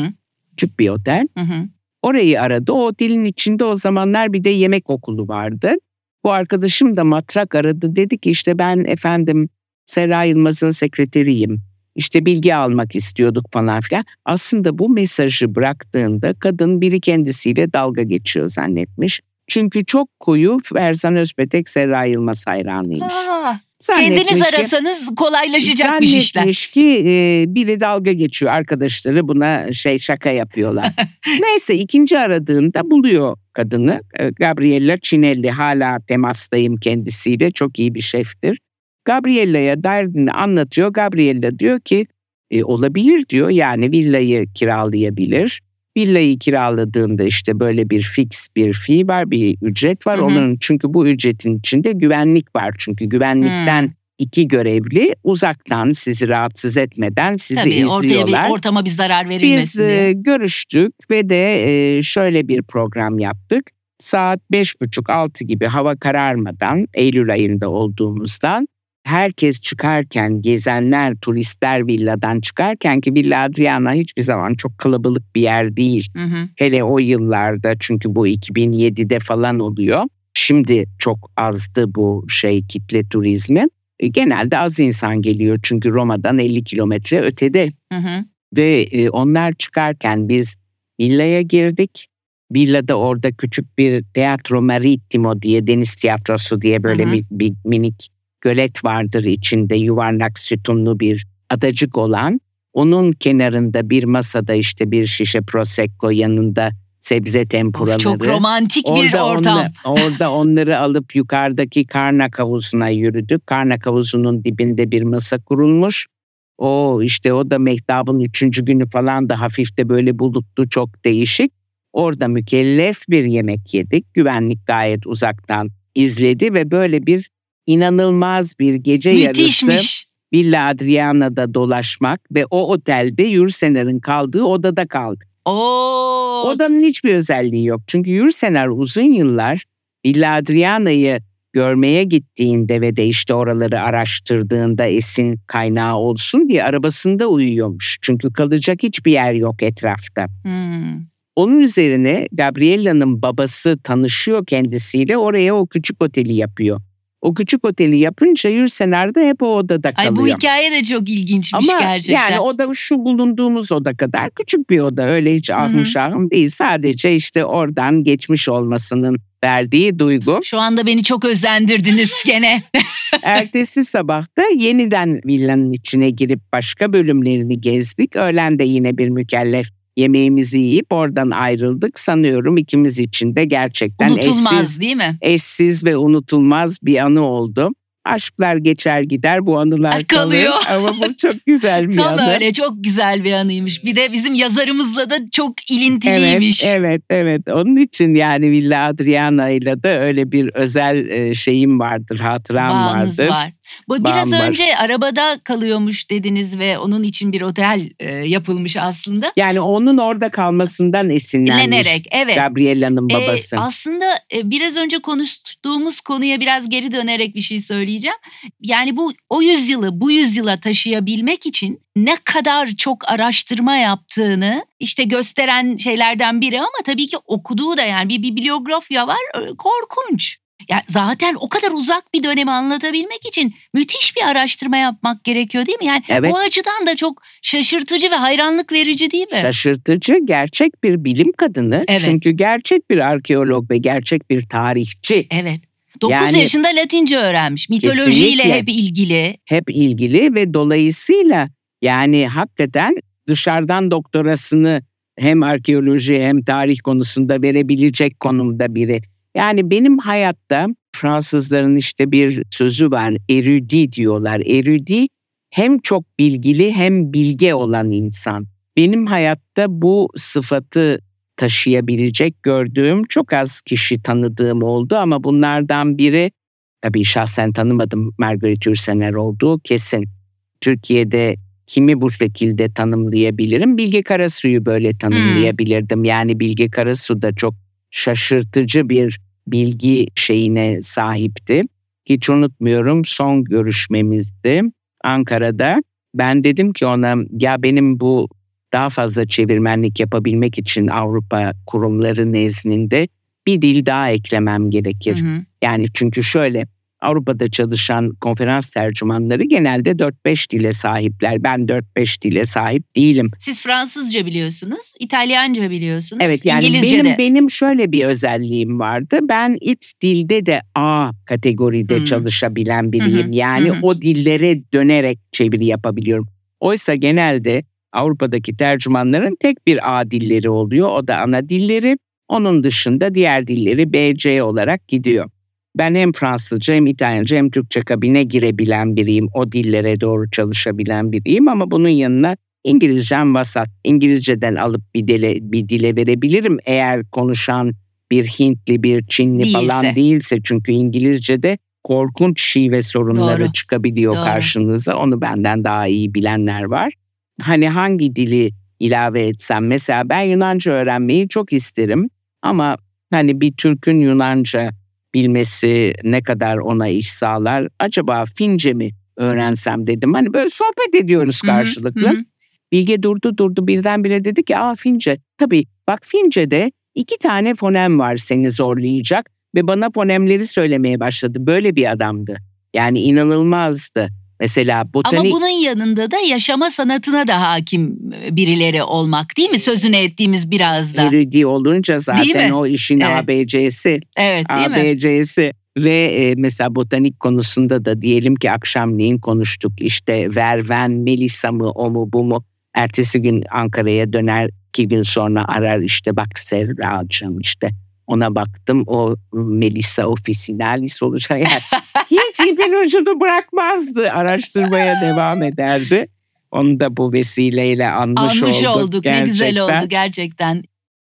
Küçük bir otel. Orayı aradı. O otelin içinde o zamanlar bir de yemek okulu vardı. Bu arkadaşım da matrak aradı. Dedi ki işte ben efendim Serra Yılmaz'ın sekreteriyim. İşte bilgi almak istiyorduk falan filan. Aslında bu mesajı bıraktığında kadın biri kendisiyle dalga geçiyor zannetmiş. Çünkü çok koyu Ferzan Özpetek Serra Yılmaz hayranıymış. Kendiniz arasanız kolaylaşacakmış işler. Zannetmiş ki biri dalga geçiyor. Arkadaşları buna şaka yapıyorlar. Neyse ikinci aradığında buluyor kadını. Gabriella Cinelli, hala temastayım kendisiyle. Çok iyi bir şeftir. Gabriella'ya derdini anlatıyor. Gabriella diyor ki olabilir diyor, yani villayı kiralayabilir. Villayı kiraladığında işte böyle bir fix bir fee var, bir ücret var. Onun çünkü bu ücretin içinde güvenlik var. Çünkü güvenlikten 2 görevli uzaktan sizi rahatsız etmeden sizi izliyorlar. Ortama bir zarar verilmesin diye. Biz görüştük ve de şöyle bir program yaptık. Saat 5.30-6 gibi hava kararmadan, Eylül ayında olduğumuzdan, herkes çıkarken, gezenler, turistler villadan çıkarken, ki Villa Adriana hiçbir zaman çok kalabalık bir yer değil. Hele o yıllarda, çünkü bu 2007'de falan oluyor. Şimdi çok azdı bu kitle turizmi. Genelde az insan geliyor çünkü Roma'dan 50 kilometre ötede. Ve onlar çıkarken biz villaya girdik. Villada orada küçük bir Teatro Marittimo diye, deniz tiyatrosu diye böyle bir minik gölet vardır, içinde yuvarlak sütunlu bir adacık olan. Onun kenarında bir masada işte bir şişe prosecco, yanında sebze tempuraları. Çok romantik bir ortam. Orada onları alıp yukarıdaki Karnak havuzuna yürüdük. Karnak havuzunun dibinde bir masa kurulmuş. O da Mehtap'ın 3. günü falan da hafif de böyle bulutlu, çok değişik. Orada mükellef bir yemek yedik. Güvenlik gayet uzaktan izledi ve böyle bir inanılmaz bir gece yarısı Villa Adriana'da dolaşmak ve o otelde Yourcenar'ın kaldığı odada kaldık. Odanın hiçbir özelliği yok. Çünkü Yourcenar uzun yıllar Villa Adriana'yı görmeye gittiğinde ve de işte oraları araştırdığında esin kaynağı olsun diye arabasında uyuyormuş. Çünkü kalacak hiçbir yer yok etrafta. Onun üzerine Gabriella'nın babası tanışıyor kendisiyle, oraya o küçük oteli yapıyor. O küçük oteli yapınca Yourcenar'da hep o odada kalıyor. Bu hikaye de çok ilginçmiş gerçekten. Yani oda şu bulunduğumuz oda kadar küçük bir oda. Öyle hiç ahım değil. Sadece işte oradan geçmiş olmasının verdiği duygu. Şu anda beni çok özendirdiniz gene. Ertesi sabah da yeniden villanın içine girip başka bölümlerini gezdik. Öğlen de yine bir mükellef yemeğimizi yiyip oradan ayrıldık. Sanıyorum ikimiz için de gerçekten unutulmaz değil mi? Eşsiz ve unutulmaz bir anı oldu. Aşklar geçer gider, bu anılar kalıyor. Ama bu çok güzel bir anı. Tam öyle, çok güzel bir anıymış. Bir de bizim yazarımızla da çok ilintiliymiş. Evet. Onun için yani Villa Adriana ile de öyle bir özel şeyim vardır, hatıram Bağınız vardır. Var. Biraz önce arabada kalıyormuş dediniz ve onun için bir otel yapılmış aslında. Yani onun orada kalmasından esinlenmiş. Evet. Gabriella'nın babası. Aslında biraz önce konuştuğumuz konuya biraz geri dönerek bir şey söyleyeceğim. Yani o yüzyılı bu yüzyıla taşıyabilmek için ne kadar çok araştırma yaptığını işte gösteren şeylerden biri, ama tabii ki okuduğu da, yani bir bibliografya var, korkunç. Ya zaten o kadar uzak bir dönemi anlatabilmek için müthiş bir araştırma yapmak gerekiyor, değil mi? Yani evet. O açıdan da çok şaşırtıcı ve hayranlık verici, değil mi? Şaşırtıcı, gerçek bir bilim kadını. Evet. Çünkü gerçek bir arkeolog ve gerçek bir tarihçi. Evet. 9 yaşında Latince öğrenmiş. Mitolojiyle hep ilgili. Hep ilgili ve dolayısıyla yani hakikaten dışarıdan doktorasını hem arkeoloji hem tarih konusunda verebilecek konumda biri. Yani benim hayatta Fransızların işte bir sözü var, érudit diyorlar. Érudit hem çok bilgili hem bilge olan insan. Benim hayatta bu sıfatı taşıyabilecek gördüğüm çok az kişi tanıdığım oldu ama bunlardan biri, tabii şahsen tanımadım, Marguerite Yourcenar olduğu kesin. Türkiye'de kimi bu şekilde tanımlayabilirim? Bilge Karasu'yu böyle tanımlayabilirdim. Yani Bilge Karasu da çok şaşırtıcı bir bilgi şeyine sahipti. Hiç unutmuyorum, son görüşmemizdi Ankara'da. Ben dedim ki ona, ya benim bu daha fazla çevirmenlik yapabilmek için Avrupa kurumları nezdinde bir dil daha eklemem gerekir. Yani çünkü şöyle, Avrupa'da çalışan konferans tercümanları genelde 4-5 dile sahipler. Ben 4-5 dile sahip değilim. Siz Fransızca biliyorsunuz, İtalyanca biliyorsunuz, evet, yani İngilizce de. Benim şöyle bir özelliğim vardı. Ben iç dilde de A kategoride çalışabilen biriyim. Yani o dillere dönerek çeviri yapabiliyorum. Oysa genelde Avrupa'daki tercümanların tek bir A dilleri oluyor. O da ana dilleri. Onun dışında diğer dilleri BC olarak gidiyor. Ben hem Fransızca hem İtalyanca hem Türkçe kabine girebilen biriyim. O dillere doğru çalışabilen biriyim ama bunun yanına İngilizcem vasat. İngilizceden alıp bir dile verebilirim eğer konuşan bir Hintli, bir Çinli falan değilse. Çünkü İngilizce'de korkunç şive sorunları çıkabiliyor karşınıza. Onu benden daha iyi bilenler var. Hani hangi dili ilave etsem? Mesela ben Yunanca öğrenmeyi çok isterim. Ama hani bir Türk'ün Yunanca bilmesi ne kadar ona iş sağlar? Acaba Fince mi öğrensem dedim. Hani böyle sohbet ediyoruz karşılıklı. Bilge durdu birdenbire dedi ki Fince. Tabii bak, Fince'de 2 tane fonem var seni zorlayacak ve bana fonemleri söylemeye başladı. Böyle bir adamdı. Yani inanılmazdı. Mesela botanik... Ama bunun yanında da yaşama sanatına da hakim birileri olmak, değil mi? Sözünü ettiğimiz biraz da. Erudi olunca zaten o işin ABC'si. Evet, değil mi? ABC'si. Ve mesela botanik konusunda da diyelim ki akşamleyin konuştuk. İşte verven, melisa mı, o mu bu mu? Ertesi gün Ankara'ya döner, 2 gün sonra arar, işte bak Serracığım, işte ona baktım, o Melissa officinalis olacak. Yani hiç ipin ucunu bırakmazdı. Araştırmaya devam ederdi. Onu da bu vesileyle anmış olduk. Ne güzel oldu gerçekten.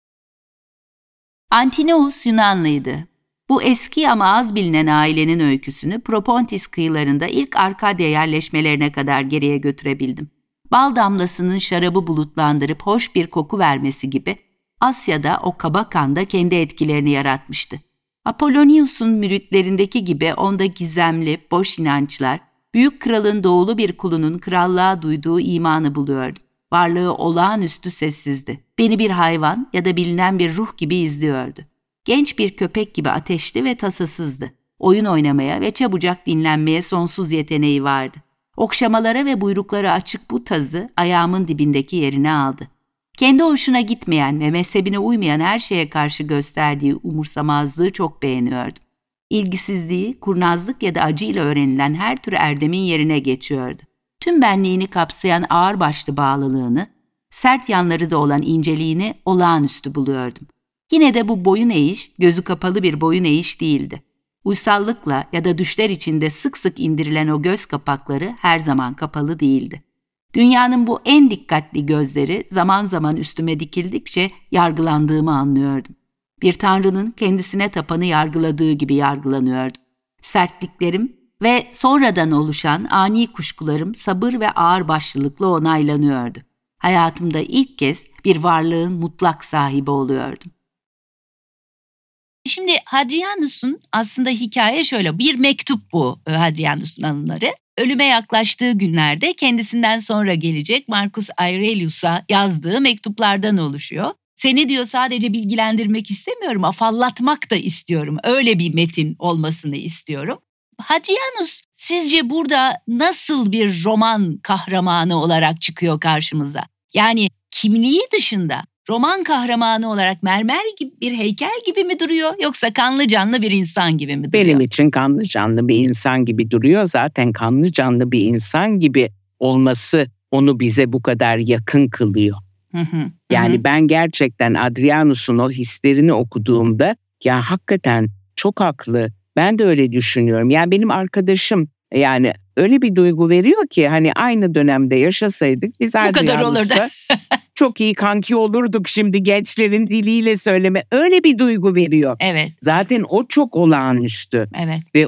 Antinoos Yunanlıydı. Bu eski ama az bilinen ailenin öyküsünü Propontis kıyılarında ilk Arkadya yerleşmelerine kadar geriye götürebildim. Bal damlasının şarabı bulutlandırıp hoş bir koku vermesi gibi Asya'da o kaba kanda kendi etkilerini yaratmıştı. Apollonius'un müritlerindeki gibi onda gizemli, boş inançlar, büyük kralın doğulu bir kulunun krallığa duyduğu imanı buluyordu. Varlığı olağanüstü sessizdi. Beni bir hayvan ya da bilinen bir ruh gibi izliyordu. Genç bir köpek gibi ateşli ve tasasızdı. Oyun oynamaya ve çabucak dinlenmeye sonsuz yeteneği vardı. Okşamalara ve buyrukları açık bu tazı ayağımın dibindeki yerini aldı. Kendi hoşuna gitmeyen ve mezhebine uymayan her şeye karşı gösterdiği umursamazlığı çok beğeniyordum. İlgisizliği, kurnazlık ya da acıyla öğrenilen her tür erdemin yerine geçiyordu. Tüm benliğini kapsayan ağırbaşlı bağlılığını, sert yanları da olan inceliğini olağanüstü buluyordum. Yine de bu boyun eğiş, gözü kapalı bir boyun eğiş değildi. Uysallıkla ya da düşler içinde sık sık indirilen o göz kapakları her zaman kapalı değildi. Dünyanın bu en dikkatli gözleri zaman zaman üstüme dikildikçe yargılandığımı anlıyordum. Bir tanrının kendisine tapanı yargıladığı gibi yargılanıyordum. Sertliklerim ve sonradan oluşan ani kuşkularım sabır ve ağırbaşlılıkla onaylanıyordu. Hayatımda ilk kez bir varlığın mutlak sahibi oluyordum. Şimdi Hadrianus'un aslında hikaye şöyle, bir mektup bu Hadrianus'un anıları. Ölüme yaklaştığı günlerde kendisinden sonra gelecek Marcus Aurelius'a yazdığı mektuplardan oluşuyor. Seni diyor sadece bilgilendirmek istemiyorum, afallatmak da istiyorum. Öyle bir metin olmasını istiyorum. Hadrianus sizce burada nasıl bir roman kahramanı olarak çıkıyor karşımıza? Yani kimliği dışında roman kahramanı olarak mermer gibi bir heykel gibi mi duruyor yoksa kanlı canlı bir insan gibi mi duruyor? Benim için kanlı canlı bir insan gibi duruyor. Zaten kanlı canlı bir insan gibi olması onu bize bu kadar yakın kılıyor. Yani ben gerçekten Hadrianus'un o hislerini okuduğumda ya hakikaten çok haklı. Ben de öyle düşünüyorum. Yani benim arkadaşım yani öyle bir duygu veriyor ki hani aynı dönemde yaşasaydık biz Hadrianus'la çok iyi kanki olurduk, şimdi gençlerin diliyle söyleme. Öyle bir duygu veriyor. Evet. Zaten o çok olağanüstü. Evet. Ve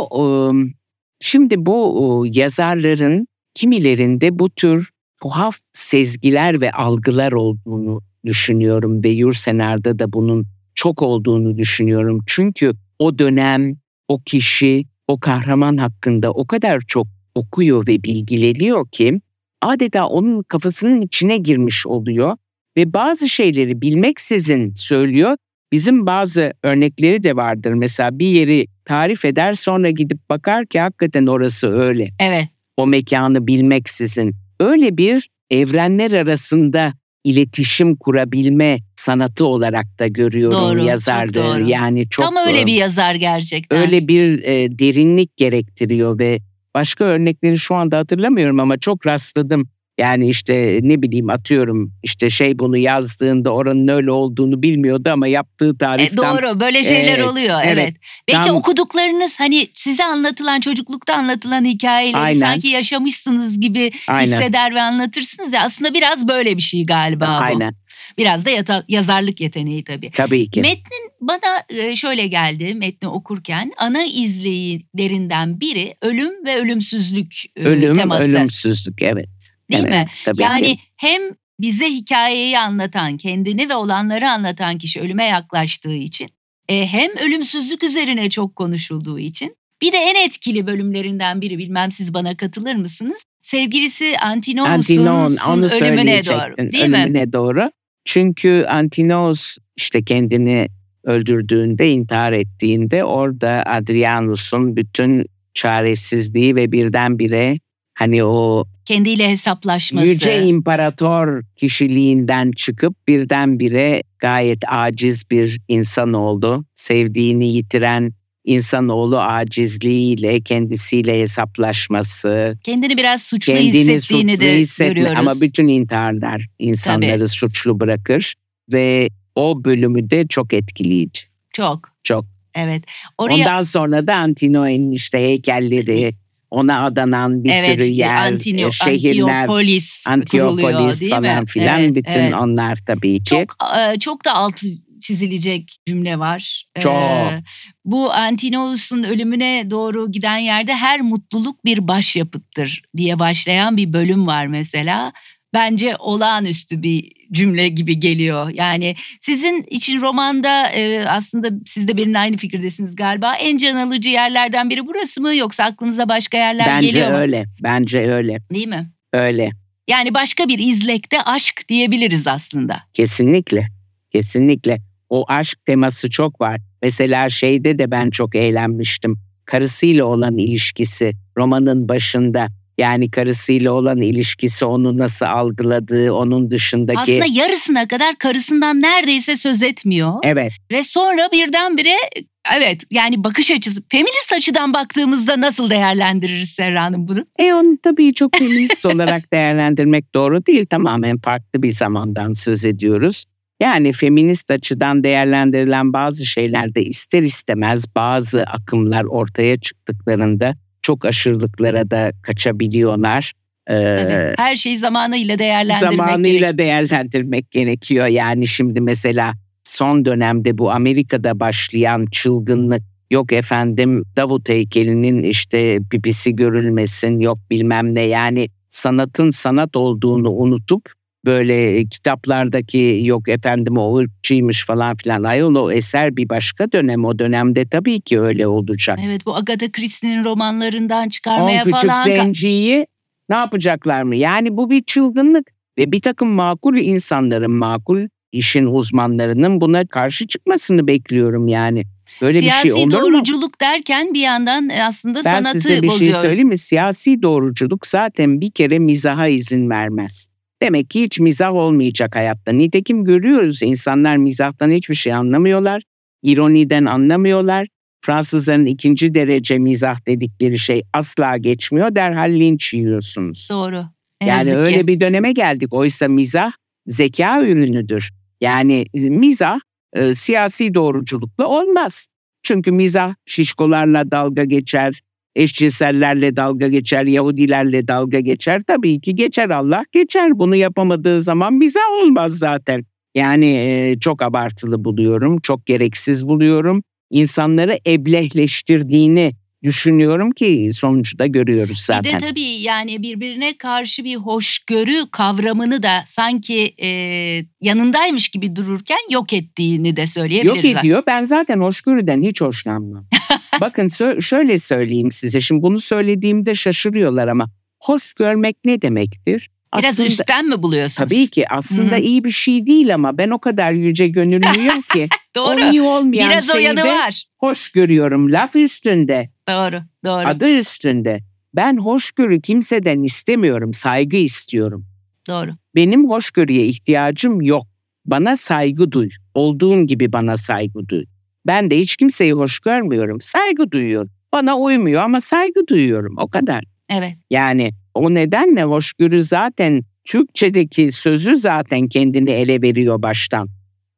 şimdi bu yazarların kimilerinde bu tür tuhaf sezgiler ve algılar olduğunu düşünüyorum ve Yursenar'da da bunun çok olduğunu düşünüyorum. Çünkü o dönem, o kişi, o kahraman hakkında o kadar çok okuyor ve bilgileniyor ki adeta onun kafasının içine girmiş oluyor ve bazı şeyleri bilmeksizin söylüyor. Bizim bazı örnekleri de vardır. Mesela bir yeri tarif eder, sonra gidip bakar ki hakikaten orası öyle. Evet. O mekanı bilmeksizin. Öyle bir evrenler arasında iletişim kurabilme sanatı olarak da görüyorum yazarlığı. Yani çok tam öyle bir yazar gerçekten. Öyle bir derinlik gerektiriyor ve başka örnekleri şu anda hatırlamıyorum ama çok rastladım. Yani işte ne bileyim atıyorum işte bunu yazdığında oranın öyle olduğunu bilmiyordu ama yaptığı tariften. Doğru, böyle şeyler oluyor. Evet. Belki okuduklarınız hani size anlatılan, çocuklukta anlatılan hikayeleri sanki yaşamışsınız gibi hisseder ve anlatırsınız ya, aslında biraz böyle bir şey galiba bu. Aynen. Biraz da yazarlık yeteneği tabii. Tabii ki. Metnin bana şöyle geldi, metni okurken ana izleyilerinden biri ölüm ve ölümsüzlük teması. Ölümsüzlük, evet. Değil mi? Tabii. Yani hem bize hikayeyi anlatan, kendini ve olanları anlatan kişi ölüme yaklaştığı için, hem ölümsüzlük üzerine çok konuşulduğu için, bir de en etkili bölümlerinden biri, bilmem siz bana katılır mısınız? Sevgilisi Antinous'un ölümüne doğru, değil mi? Ölümüne doğru. Çünkü Antinous işte kendini öldürdüğünde, intihar ettiğinde orada Hadrianus'un bütün çaresizliği ve birdenbire hani o kendiyle hesaplaşması, yüce imparator kişiliğinden çıkıp birdenbire gayet aciz bir insan oldu. Sevdiğini yitiren insanoğlu acizliğiyle, kendisiyle hesaplaşması. Kendini biraz suçlu hissettiğini de görüyoruz. Ama bütün intiharlar insanları suçlu bırakır ve o bölümü de çok etkileyici. Çok. Evet. Ondan sonra da Antinous'un işte heykelleri, ona adanan bir sürü yer, şehirler, Antiopolis falan filan, bütün onlar tabii ki. Çok da altı çizilecek cümle var. Çok. Bu Antinous'un ölümüne doğru giden yerde her mutluluk bir başyapıttır diye başlayan bir bölüm var mesela. Bence olağanüstü bir cümle gibi geliyor. Yani sizin için romanda aslında siz de benimle aynı fikirdesiniz galiba. En can alıcı yerlerden biri burası mı, yoksa aklınıza başka yerler geliyor mu? Bence öyle. Değil mi? Öyle. Yani başka bir izlekte aşk diyebiliriz aslında. Kesinlikle. O aşk teması çok var. Mesela de ben çok eğlenmiştim. Karısıyla olan ilişkisi romanın başında. Yani karısıyla olan ilişkisi, onu nasıl algıladığı, onun dışındaki... Aslında yarısına kadar karısından neredeyse söz etmiyor. Evet. Ve sonra birdenbire yani bakış açısı, feminist açıdan baktığımızda nasıl değerlendiririz Serra Hanım bunu? Onu tabii çok feminist olarak değerlendirmek doğru değil. Tamamen farklı bir zamandan söz ediyoruz. Yani feminist açıdan değerlendirilen bazı şeylerde ister istemez bazı akımlar ortaya çıktıklarında çok aşırılıklara da kaçabiliyorlar. Her şeyi zamanıyla değerlendirmek gerekiyor. Yani şimdi mesela son dönemde bu Amerika'da başlayan çılgınlık, yok efendim Davut heykelinin işte pipisi görülmesin, yok bilmem ne, yani sanatın sanat olduğunu unutup böyle kitaplardaki yok efendim o ırkçıymış falan filan. Ayol, o eser bir başka dönem, o dönemde tabii ki öyle olacak. Evet, bu Agatha Christie'nin romanlarından 10 çıkarmaya Küçük falan. Zenciyi ne yapacaklar mı? Yani bu bir çılgınlık ve bir takım makul insanların, makul işin uzmanlarının buna karşı çıkmasını bekliyorum yani. Böyle bir şey olur mu? Siyasi doğruculuk derken bir yandan aslında Ben sanatı size bir bozuyor. şey söyleyeyim mi? Siyasi doğruculuk zaten bir kere mizaha izin vermez. Demek ki hiç mizah olmayacak hayatta. Nitekim görüyoruz, insanlar mizahtan hiçbir şey anlamıyorlar. İroniden anlamıyorlar. Fransızların 2. derece mizah dedikleri şey asla geçmiyor. Derhal linç yiyorsunuz. Doğru. Ne Yani yazık öyle ki. bir döneme geldik. Oysa mizah zeka ürünüdür. Yani mizah siyasi doğruculukla olmaz. Çünkü mizah şişkolarla dalga geçer, eşcinsellerle dalga geçer, Yahudilerle dalga geçer. Tabii ki geçer, Allah geçer. Bunu yapamadığı zaman mizah olmaz zaten. Yani çok abartılı buluyorum, çok gereksiz buluyorum. İnsanları eblehleştirdiğini düşünüyorum ki sonucu da görüyoruz zaten. Bir de tabii yani birbirine karşı bir hoşgörü kavramını da sanki yanındaymış gibi dururken yok ettiğini de söyleyebiliriz. Yok ediyor. Ben zaten hoşgörüden hiç hoşlanmam. Bakın şöyle söyleyeyim size. Şimdi bunu söylediğimde şaşırıyorlar ama hoş görmek ne demektir? Biraz Aslında, üstten mi buluyorsunuz? tabii ki aslında iyi bir şey değil ama ben o kadar yüce gönüllüyüm ki Doğru. o iyi olmayan Biraz o şeyi yanı de var. hoş görüyorum. Laf üstünde, Doğru. adı üstünde. Ben hoşgörü kimseden istemiyorum, saygı istiyorum. Doğru. Benim hoşgörüye ihtiyacım yok. Bana saygı duy. Olduğun gibi bana saygı duy. Ben de hiç kimseyi hoş görmüyorum. Saygı duyuyorum. Bana uymuyor ama saygı duyuyorum. O kadar. Evet. Yani o nedenle hoşgörü zaten Türkçedeki sözü zaten kendini ele veriyor baştan.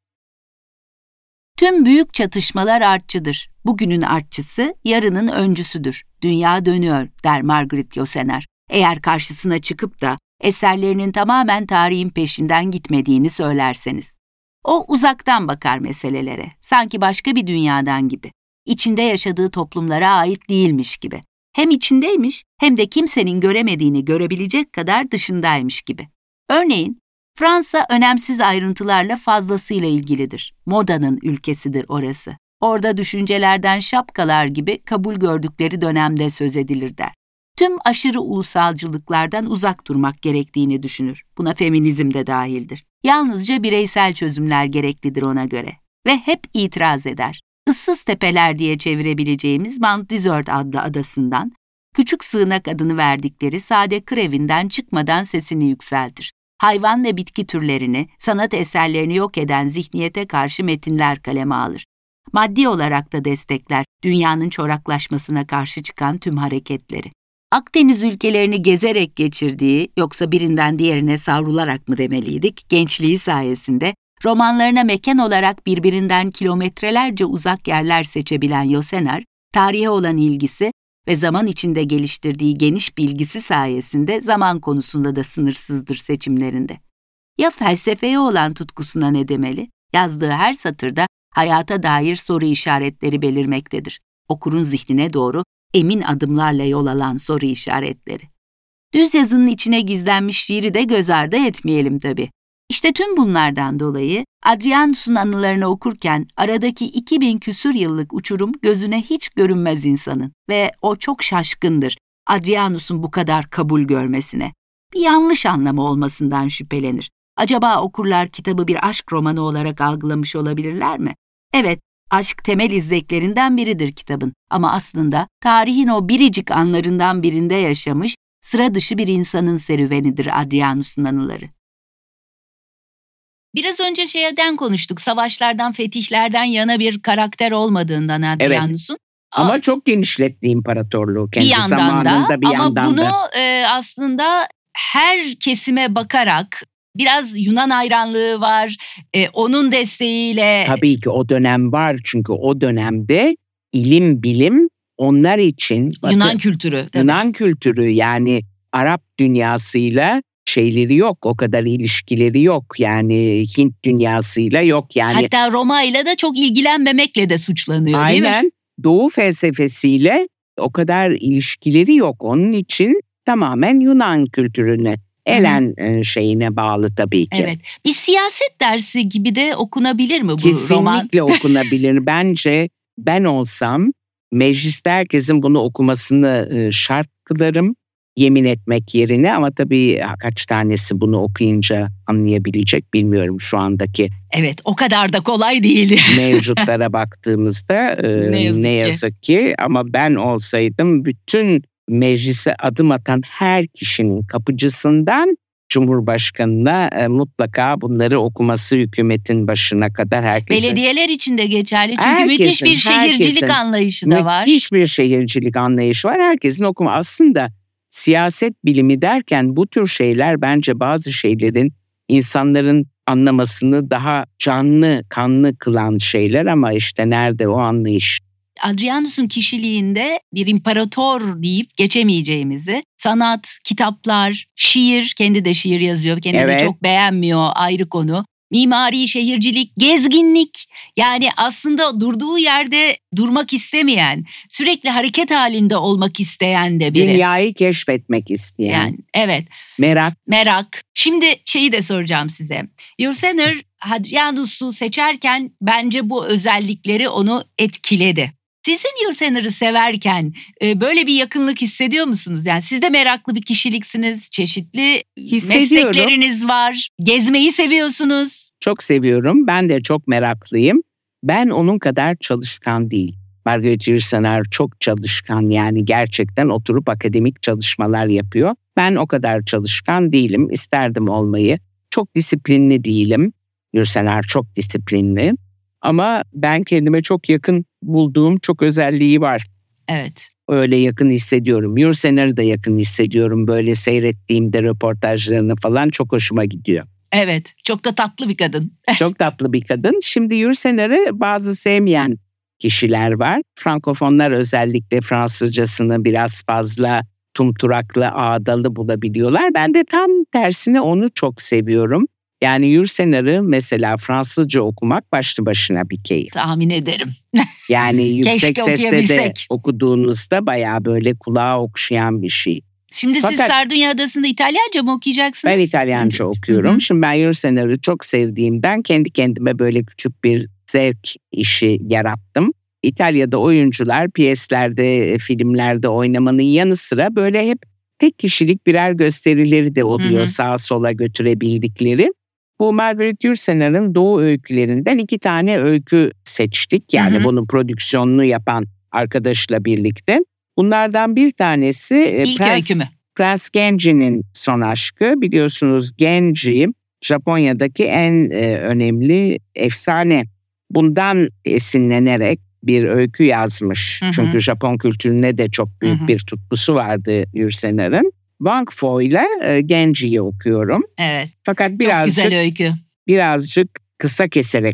Tüm büyük çatışmalar artçıdır. Bugünün artçısı yarının öncüsüdür. Dünya dönüyor der Margaret Yourcenar. Eğer karşısına çıkıp da eserlerinin tamamen tarihin peşinden gitmediğini söylerseniz. O uzaktan bakar meselelere, sanki başka bir dünyadan gibi. İçinde yaşadığı toplumlara ait değilmiş gibi. Hem içindeymiş hem de kimsenin göremediğini görebilecek kadar dışındaymış gibi. Örneğin, Fransa önemsiz ayrıntılarla fazlasıyla ilgilidir. Modanın ülkesidir orası. Orada düşüncelerden şapkalar gibi kabul gördükleri dönemde söz edilir der. Tüm aşırı ulusalcılıklardan uzak durmak gerektiğini düşünür. Buna feminizm de dahildir. Yalnızca bireysel çözümler gereklidir ona göre. Ve hep itiraz eder. Issız Tepeler diye çevirebileceğimiz Mount Desert adlı adasından, küçük sığınak adını verdikleri sade kır evinden çıkmadan sesini yükseltir. Hayvan ve bitki türlerini, sanat eserlerini yok eden zihniyete karşı metinler kaleme alır. Maddi olarak da destekler dünyanın çoraklaşmasına karşı çıkan tüm hareketleri. Akdeniz ülkelerini gezerek geçirdiği, yoksa birinden diğerine savrularak mı demeliydik, gençliği sayesinde romanlarına mekan olarak birbirinden kilometrelerce uzak yerler seçebilen Yourcenar, tarihe olan ilgisi ve zaman içinde geliştirdiği geniş bilgisi sayesinde zaman konusunda da sınırsızdır seçimlerinde. Ya felsefeye olan tutkusuna ne demeli? Yazdığı her satırda hayata dair soru işaretleri belirmektedir. Okurun zihnine doğru emin adımlarla yol alan soru işaretleri. Düz yazının içine gizlenmiş şiiri de göz ardı etmeyelim tabii. İşte tüm bunlardan dolayı Adrianus'un anılarını okurken aradaki 2000 küsur yıllık uçurum gözüne hiç görünmez insanın ve o çok şaşkındır Adrianus'un bu kadar kabul görmesine. Bir yanlış anlamı olmasından şüphelenir. Acaba okurlar kitabı bir aşk romanı olarak algılamış olabilirler mi? Evet, aşk temel izleklerinden biridir kitabın ama aslında tarihin o biricik anlarından birinde yaşamış sıra dışı bir insanın serüvenidir Adrianus'un anıları. Biraz önce şeyden konuştuk, savaşlardan, fetihlerden yana bir karakter olmadığından Adrianus'un. Evet. Ama çok genişletti imparatorluğu kendi bir yandan zamanında da, bir ama yandan bunu da. Aslında her kesime bakarak biraz Yunan hayranlığı var, onun desteğiyle. Tabii ki o dönem var çünkü o dönemde ilim, bilim onlar için. Yunan kültürü. Tabii. Yunan kültürü yani Arap dünyasıyla şeyleri yok, o kadar ilişkileri yok. Yani Hint dünyasıyla yok yani. Hatta Roma ile de çok ilgilenmemekle de suçlanıyor değil mi? Aynen. Doğu felsefesiyle o kadar ilişkileri yok. Onun için tamamen Yunan kültürüne, Elen şeyine bağlı tabii ki. Evet. Bir siyaset dersi gibi de okunabilir mi bu Kesinlikle roman? Kesinlikle okunabilir. Bence ben olsam mecliste herkesin bunu okumasını şart kılarım. Yemin etmek yerine, ama tabii kaç tanesi bunu okuyunca anlayabilecek bilmiyorum şu andaki. Evet, o kadar da kolay değil. Mevcutlara baktığımızda ne yazık ki. Ama ben olsaydım bütün meclise adım atan her kişinin kapıcısından Cumhurbaşkanı'na mutlaka bunları okuması, hükümetin başına kadar herkesin. Belediyeler için de geçerli çünkü müthiş bir şehircilik anlayışı da var. Müthiş bir şehircilik anlayışı var. Herkesin okuma. Aslında siyaset bilimi derken bu tür şeyler bence bazı şeylerin insanların anlamasını daha canlı, kanlı kılan şeyler, ama işte nerede o anlayış? Adrianus'un kişiliğinde bir imparator deyip geçemeyeceğimizi, sanat, kitaplar, şiir, kendi de şiir yazıyor, kendini çok beğenmiyor, ayrı konu. Mimari, şehircilik, gezginlik, yani aslında durduğu yerde durmak istemeyen, sürekli hareket halinde olmak isteyen de biri. Dünyayı keşfetmek isteyen. Yani, evet. Merak. Şimdi şeyi de soracağım size. Yursener Hadrianus'u seçerken bence bu özellikleri onu etkiledi. Sizin Yursener'ı severken böyle bir yakınlık hissediyor musunuz? Yani siz de meraklı bir kişiliksiniz, çeşitli meslekleriniz var, gezmeyi seviyorsunuz. Çok seviyorum, ben de çok meraklıyım. Ben onun kadar çalışkan değil. Marguerite Yourcenar çok çalışkan, yani gerçekten oturup akademik çalışmalar yapıyor. Ben o kadar çalışkan değilim, isterdim olmayı. Çok disiplinli değilim. Yourcenar çok disiplinli. Ama ben kendime çok yakın bulduğum çok özelliği var. Evet. Öyle yakın hissediyorum. Yourcenar'ı da yakın hissediyorum. Böyle seyrettiğimde röportajlarını falan çok hoşuma gidiyor. Evet, çok da tatlı bir kadın. Çok tatlı bir kadın. Şimdi Yourcenar'ı bazı sevmeyen kişiler var. Frankofonlar özellikle Fransızcasını biraz fazla tumturaklı, ağdalı bulabiliyorlar. Ben de tam tersine onu çok seviyorum. Yani Yourcenar'ı mesela Fransızca okumak başlı başına bir keyif. Tahmin ederim. Yani yüksek sesle de okuduğunuzda bayağı böyle kulağa okşayan bir şey. Şimdi siz Sardunya Adası'nda İtalyanca mı okuyacaksınız? Ben İtalyanca okuyorum. Hı-hı. Şimdi ben Yourcenar'ı çok sevdiğimden kendi kendime böyle küçük bir zevk işi yarattım. İtalya'da oyuncular piyeslerde, filmlerde oynamanın yanı sıra böyle hep tek kişilik birer gösterileri de oluyor, sağa sola götürebildikleri. Bu Marguerite Yourcenar'ın Doğu öykülerinden 2 tane öykü seçtik. Yani bunun prodüksiyonunu yapan arkadaşla birlikte. Bunlardan bir tanesi Prens Genji'nin son aşkı. Biliyorsunuz Genji Japonya'daki en önemli efsane. Bundan esinlenerek bir öykü yazmış. Çünkü Japon kültürüne de çok büyük bir tutkusu vardı Yourcenar'ın. Wang Fo ile Genji'yi okuyorum. Evet. Fakat çok güzel öykü. Birazcık kısa keserek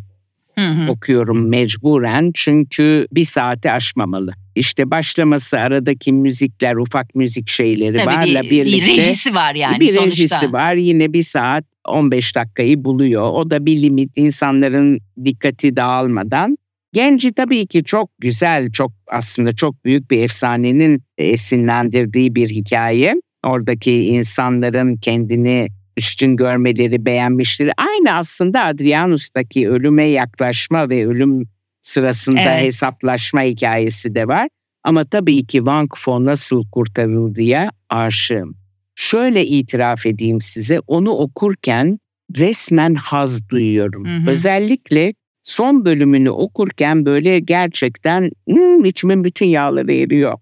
okuyorum mecburen. Çünkü 1 saati aşmamalı. İşte başlaması, aradaki müzikler, ufak müzik şeyleri varla birlikte. Bir rejisi var yani bir sonuçta. Rejisi var. Yine 1 saat 15 dakikayı buluyor. O da bir limit, insanların dikkati dağılmadan. Genci tabii ki çok güzel, aslında çok büyük bir efsanenin esinlendirdiği bir hikaye. Oradaki insanların kendini üstün görmeleri, beğenmişleri. Aynı aslında Adrianus'taki ölüme yaklaşma ve ölüm sırasında hesaplaşma hikayesi de var. Ama tabii ki Wang Fo nasıl kurtarıldıya aşığım. Şöyle itiraf edeyim size, onu okurken resmen haz duyuyorum. Özellikle son bölümünü okurken böyle gerçekten içimin bütün yağları eriyor.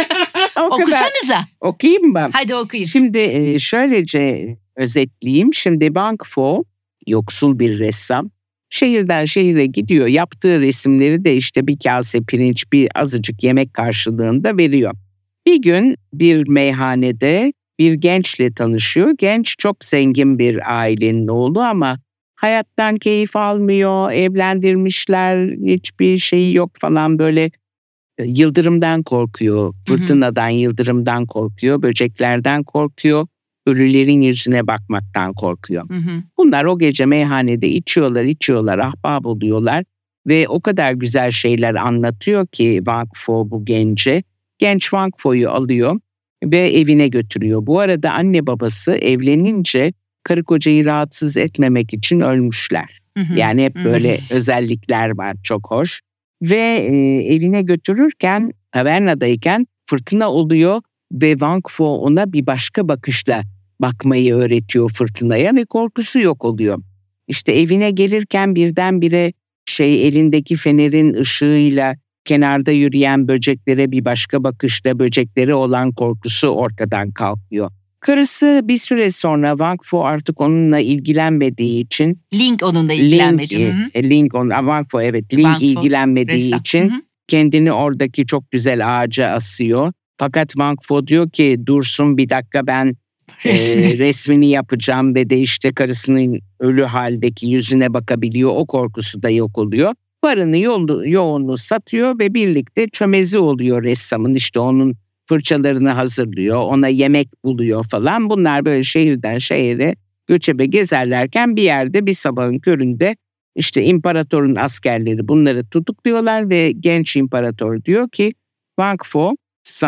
Okusanıza. Okuyayım mı? Hadi okuyun. Şimdi şöylece özetleyeyim. Şimdi Wang Fo yoksul bir ressam. Şehirden şehire gidiyor. Yaptığı resimleri de işte bir kase pirinç, bir azıcık yemek karşılığında veriyor. Bir gün bir meyhanede bir gençle tanışıyor. Genç çok zengin bir ailenin oğlu ama hayattan keyif almıyor. Evlendirmişler, hiçbir şeyi yok falan, böyle yıldırımdan korkuyor. Fırtınadan, yıldırımdan korkuyor. Böceklerden korkuyor. Ölülerin yüzüne bakmaktan korkuyor. Bunlar o gece meyhanede içiyorlar, ahbap oluyorlar. Ve o kadar güzel şeyler anlatıyor ki Wang Fo bu gence. Genç Wang Fo'yu alıyor ve evine götürüyor. Bu arada anne babası evlenince karı kocayı rahatsız etmemek için ölmüşler. Yani hep böyle özellikler var, çok hoş. Ve evine götürürken, tavernadayken fırtına oluyor ve Wang Fo ona bir başka bakışla bakmayı öğretiyor fırtınaya ve korkusu yok oluyor. İşte evine gelirken birdenbire elindeki fenerin ışığıyla kenarda yürüyen böceklere bir başka bakışla böceklere olan korkusu ortadan kalkıyor. Karısı bir süre sonra Wang Fo artık onunla ilgilenmediği için Link onunla ilgilenmediği. Wang Fo ilgilenmediği için kendini oradaki çok güzel ağaca asıyor. Fakat Wang Fo diyor ki dursun bir dakika, ben resmini yapacağım ve de işte karısının ölü haldeki yüzüne bakabiliyor. O korkusu da yok oluyor. Varını yoğunu satıyor ve birlikte çömezi oluyor ressamın. İşte onun fırçalarını hazırlıyor, ona yemek buluyor falan. Bunlar böyle şehirden şehire göçebe gezerlerken bir yerde bir sabahın köründe işte imparatorun askerleri bunları tutukluyorlar ve genç imparator diyor ki Wang Fo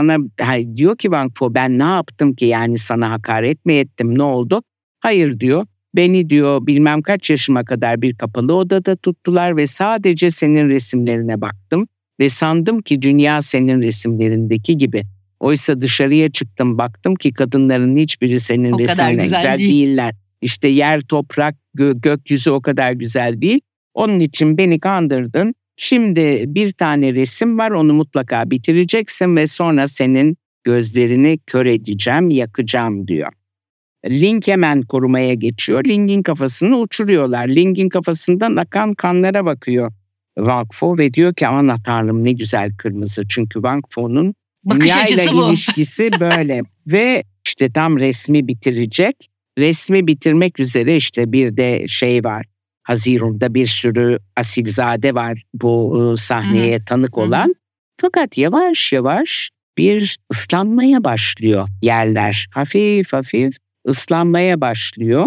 Wang Fo ben ne yaptım ki, yani sana hakaret mi ettim, ne oldu? Hayır diyor. Beni diyor bilmem kaç yaşıma kadar bir kapalı odada tuttular ve sadece senin resimlerine baktım ve sandım ki dünya senin resimlerindeki gibi. Oysa dışarıya çıktım, baktım ki kadınların hiçbiri senin resimlerine güzel değiller. İşte yer, toprak, gökyüzü o kadar güzel değil. Onun için beni kandırdın. Şimdi bir tane resim var, onu mutlaka bitireceksin ve sonra senin gözlerini kör edeceğim, yakacağım diyor. Ling hemen korumaya geçiyor. Ling'in kafasını uçuruyorlar. Ling'in kafasından akan kanlara bakıyor Wang Fo ve diyor ki aman tanrım ne güzel kırmızı. Çünkü Wang Fo'nun dünyayla ilişkisi böyle. Ve işte tam resmi bitirecek. Resmi bitirmek üzere işte bir de var. Hazirun'da bir sürü asilzade var bu sahneye tanık olan. Fakat yavaş yavaş bir ıslanmaya başlıyor yerler. Hafif hafif ıslanmaya başlıyor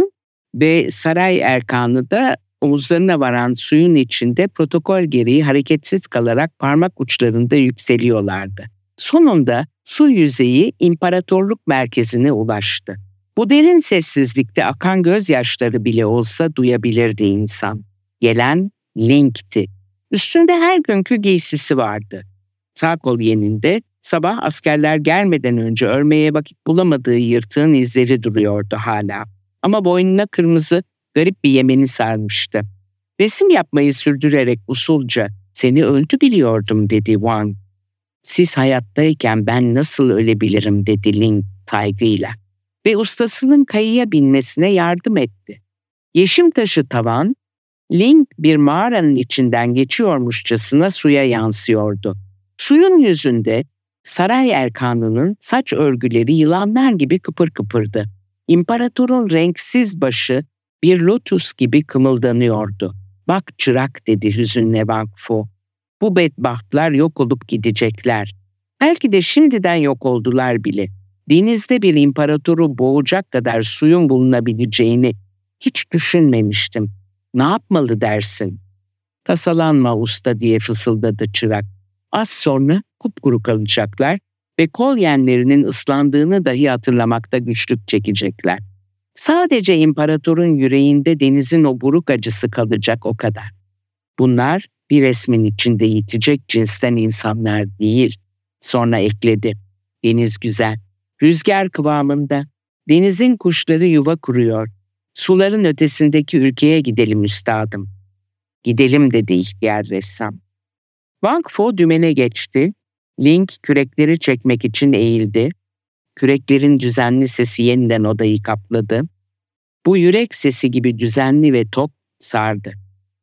ve saray erkanı da omuzlarına varan suyun içinde protokol gereği hareketsiz kalarak parmak uçlarında yükseliyorlardı. Sonunda su yüzeyi imparatorluk merkezine ulaştı. Bu derin sessizlikte akan gözyaşları bile olsa duyabilirdi insan. Gelen Ling'ti. Üstünde her günkü giysisi vardı. Sağ kol yeninde sabah askerler gelmeden önce örmeye vakit bulamadığı yırtığın izleri duruyordu hala. Ama boynuna kırmızı garip bir yemeni sarmıştı. Resim yapmayı sürdürerek usulca seni öldü biliyordum dedi Wang. Siz hayattayken ben nasıl ölebilirim dedi Ling kaygıyla. Ve ustasının kayaya binmesine yardım etti. Yeşim taşı tavan, Ling bir mağaranın içinden geçiyormuşçasına suya yansıyordu. Suyun yüzünde saray erkanının saç örgüleri yılanlar gibi kıpır kıpırdı. İmparatorun renksiz başı bir lotus gibi kımıldanıyordu. Bak çırak dedi hüzünle Wang Fo. Bu bedbahtlar yok olup gidecekler. Belki de şimdiden yok oldular bile. Denizde bir imparatoru boğacak kadar suyun bulunabileceğini hiç düşünmemiştim. Ne yapmalı dersin? Tasalanma usta diye fısıldadı çırak. Az sonra kupkuru kalacaklar ve kolyenlerinin ıslandığını dahi hatırlamakta güçlük çekecekler. Sadece imparatorun yüreğinde denizin o buruk acısı kalacak, o kadar. Bunlar bir resmin içinde yitecek cinsten insanlar değil. Sonra ekledi. Deniz güzel, rüzgar kıvamında. Denizin kuşları yuva kuruyor. Suların ötesindeki ülkeye gidelim üstadım. Gidelim dedi ihtiyar ressam. Wang Fo dümene geçti. Ling kürekleri çekmek için eğildi. Küreklerin düzenli sesi yeniden odayı kapladı. Bu yürek sesi gibi düzenli ve tok sardı.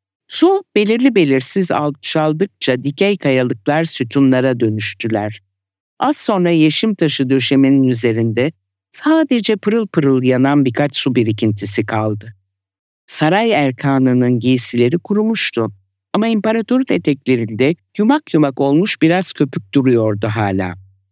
Su belirli belirsiz alçaldıkça dikey kayalıklar sütunlara dönüştüler. Az sonra yeşim taşı döşemenin üzerinde sadece pırıl pırıl yanan birkaç su birikintisi kaldı. Saray erkanının giysileri kurumuştu ama imparatorun eteklerinde yumak yumak olmuş biraz köpük duruyordu hala.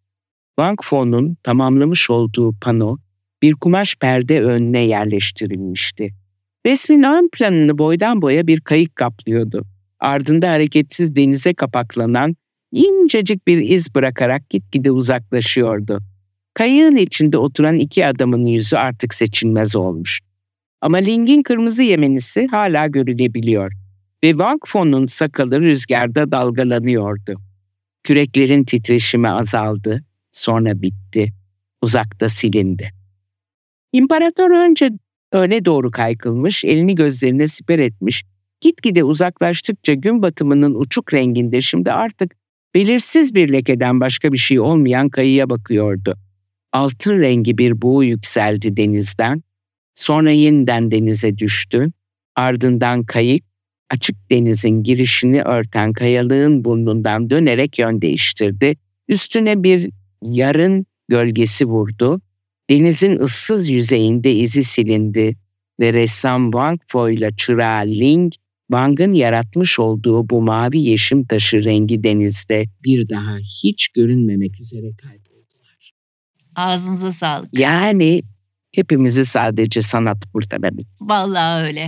Wang Fo'nun tamamlamış olduğu pano bir kumaş perde önüne yerleştirilmişti. Resmin ön planını boydan boya bir kayık kaplıyordu. ardında hareketsiz denize kapaklanan incecik bir iz bırakarak gitgide uzaklaşıyordu. Kayığın içinde oturan iki adamın yüzü artık seçilmez olmuş. Ama Ling'in kırmızı yemenisi hala görülebiliyor ve Wang Fo'nun sakalı rüzgarda dalgalanıyordu. Küreklerin titreşimi azaldı, sonra bitti, uzakta silindi. İmparator önce öne doğru kaykılmış, elini gözlerine siper etmiş, gitgide uzaklaştıkça gün batımının uçuk renginde şimdi artık belirsiz bir lekeden başka bir şey olmayan kayıya bakıyordu. Altın rengi bir buğu yükseldi denizden, sonra yeniden denize düştü, ardından kayık, açık denizin girişini örten kayalığın burnundan dönerek yön değiştirdi. Üstüne bir yarın gölgesi vurdu. Denizin ıssız yüzeyinde izi silindi ve ressam Wang Fo ile çırağı Ling, Wang'ın yaratmış olduğu bu mavi yeşim taşı rengi denizde bir daha hiç görünmemek üzere kayboldular. Ağzınıza sağlık. Yani hepimizi sadece sanat kurtardı. Vallahi öyle.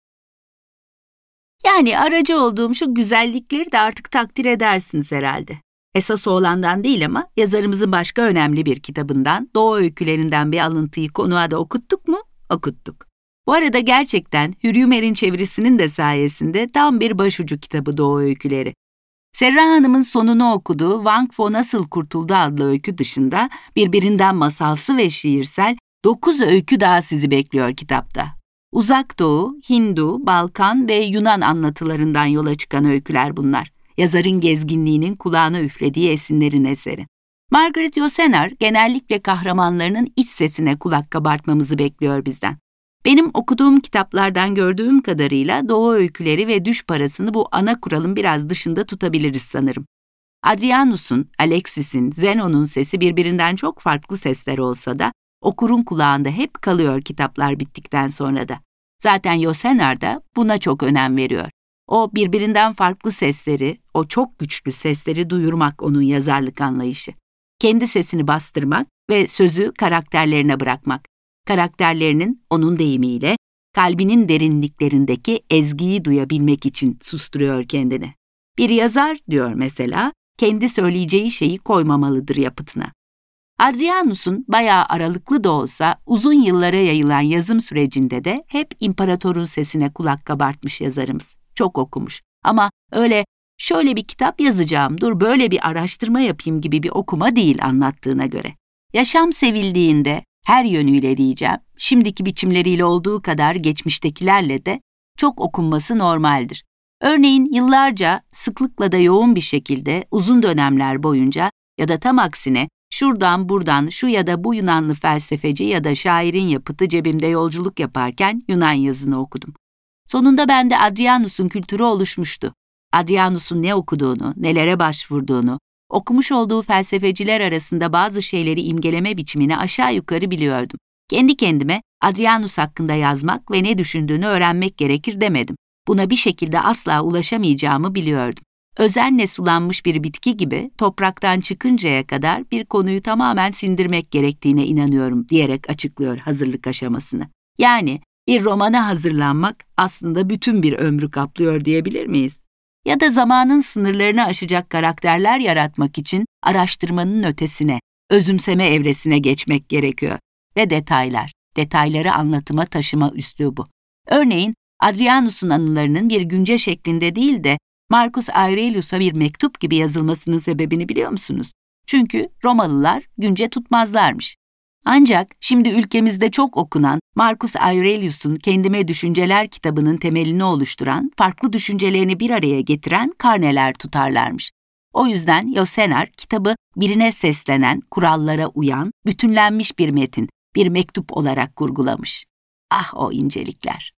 Yani aracı olduğum şu güzellikleri de artık takdir edersiniz herhalde. Esas oğlandan değil ama yazarımızın başka önemli bir kitabından, Doğu Öykülerinden bir alıntıyı konuğa da okuttuk mu? Okuttuk. Bu arada gerçekten Hürrimer'in çevirisinin de sayesinde tam bir başucu kitabı Doğu Öyküleri. Serra Hanım'ın sonunu okuduğu Wang Fo Nasıl Kurtuldu adlı öykü dışında birbirinden masalsı ve şiirsel 9 öykü daha sizi bekliyor kitapta. Uzak Doğu, Hindu, Balkan ve Yunan anlatılarından yola çıkan öyküler bunlar. Yazarın gezginliğinin kulağına üflediği esinlerin eseri. Margaret Yourcenar genellikle kahramanlarının iç sesine kulak kabartmamızı bekliyor bizden. Benim okuduğum kitaplardan gördüğüm kadarıyla Doğu Öyküleri ve Düş Parası'nı bu ana kuralın biraz dışında tutabiliriz sanırım. Adrianus'un, Alexis'in, Zenon'un sesi birbirinden çok farklı sesler olsa da okurun kulağında hep kalıyor kitaplar bittikten sonra da. Zaten Yourcenar da buna çok önem veriyor. O birbirinden farklı sesleri, o çok güçlü sesleri duyurmak onun yazarlık anlayışı. Kendi sesini bastırmak ve sözü karakterlerine bırakmak. Karakterlerinin, onun deyimiyle, kalbinin derinliklerindeki ezgiyi duyabilmek için susturuyor kendini. Bir yazar, diyor mesela, kendi söyleyeceği şeyi koymamalıdır yapıtına. Adrianus'un bayağı aralıklı da olsa uzun yıllara yayılan yazım sürecinde de hep imparatorun sesine kulak kabartmış yazarımız. Çok okumuş ama öyle şöyle bir kitap yazacağım, dur böyle bir araştırma yapayım gibi bir okuma değil anlattığına göre. Yaşam sevildiğinde her yönüyle diyeceğim, şimdiki biçimleriyle olduğu kadar geçmiştekilerle de çok okunması normaldir. Örneğin yıllarca sıklıkla da yoğun bir şekilde uzun dönemler boyunca ya da tam aksine şuradan buradan şu ya da bu Yunanlı felsefeci ya da şairin yapıtı cebimde yolculuk yaparken Yunan yazını okudum. Sonunda bende Adrianus'un kültürü oluşmuştu. Adrianus'un ne okuduğunu, nelere başvurduğunu, okumuş olduğu felsefeciler arasında bazı şeyleri imgeleme biçimini aşağı yukarı biliyordum. Kendi kendime Adrianus hakkında yazmak ve ne düşündüğünü öğrenmek gerekir demedim. Buna bir şekilde asla ulaşamayacağımı biliyordum. Özenle sulanmış bir bitki gibi topraktan çıkıncaya kadar bir konuyu tamamen sindirmek gerektiğine inanıyorum diyerek açıklıyor hazırlık aşamasını. Yani bir romana hazırlanmak aslında bütün bir ömrü kaplıyor diyebilir miyiz? Ya da zamanın sınırlarını aşacak karakterler yaratmak için araştırmanın ötesine, özümseme evresine geçmek gerekiyor. Ve detayları anlatıma taşıma üslubu. Örneğin Adrianus'un anılarının bir günce şeklinde değil de Marcus Aurelius'a bir mektup gibi yazılmasının sebebini biliyor musunuz? Çünkü Romalılar günce tutmazlarmış. Ancak şimdi ülkemizde çok okunan Marcus Aurelius'un Kendime Düşünceler kitabının temelini oluşturan, farklı düşüncelerini bir araya getiren karneler tutarlarmış. O yüzden Yourcenar kitabı birine seslenen, kurallara uyan, bütünlenmiş bir metin, bir mektup olarak kurgulamış. Ah o incelikler.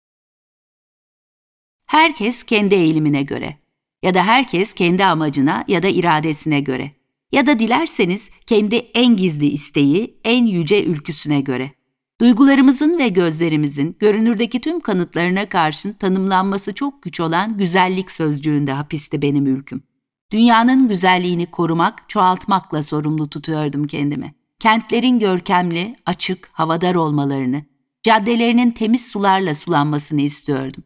Herkes kendi eğilimine göre ya da herkes kendi amacına ya da iradesine göre ya da dilerseniz kendi en gizli isteği, en yüce ülküsüne göre. Duygularımızın ve gözlerimizin görünürdeki tüm kanıtlarına karşın tanımlanması çok güç olan güzellik sözcüğünde hapiste benim ülküm. Dünyanın güzelliğini korumak, çoğaltmakla sorumlu tutuyordum kendimi. Kentlerin görkemli, açık, havadar olmalarını, caddelerinin temiz sularla sulanmasını istiyordum.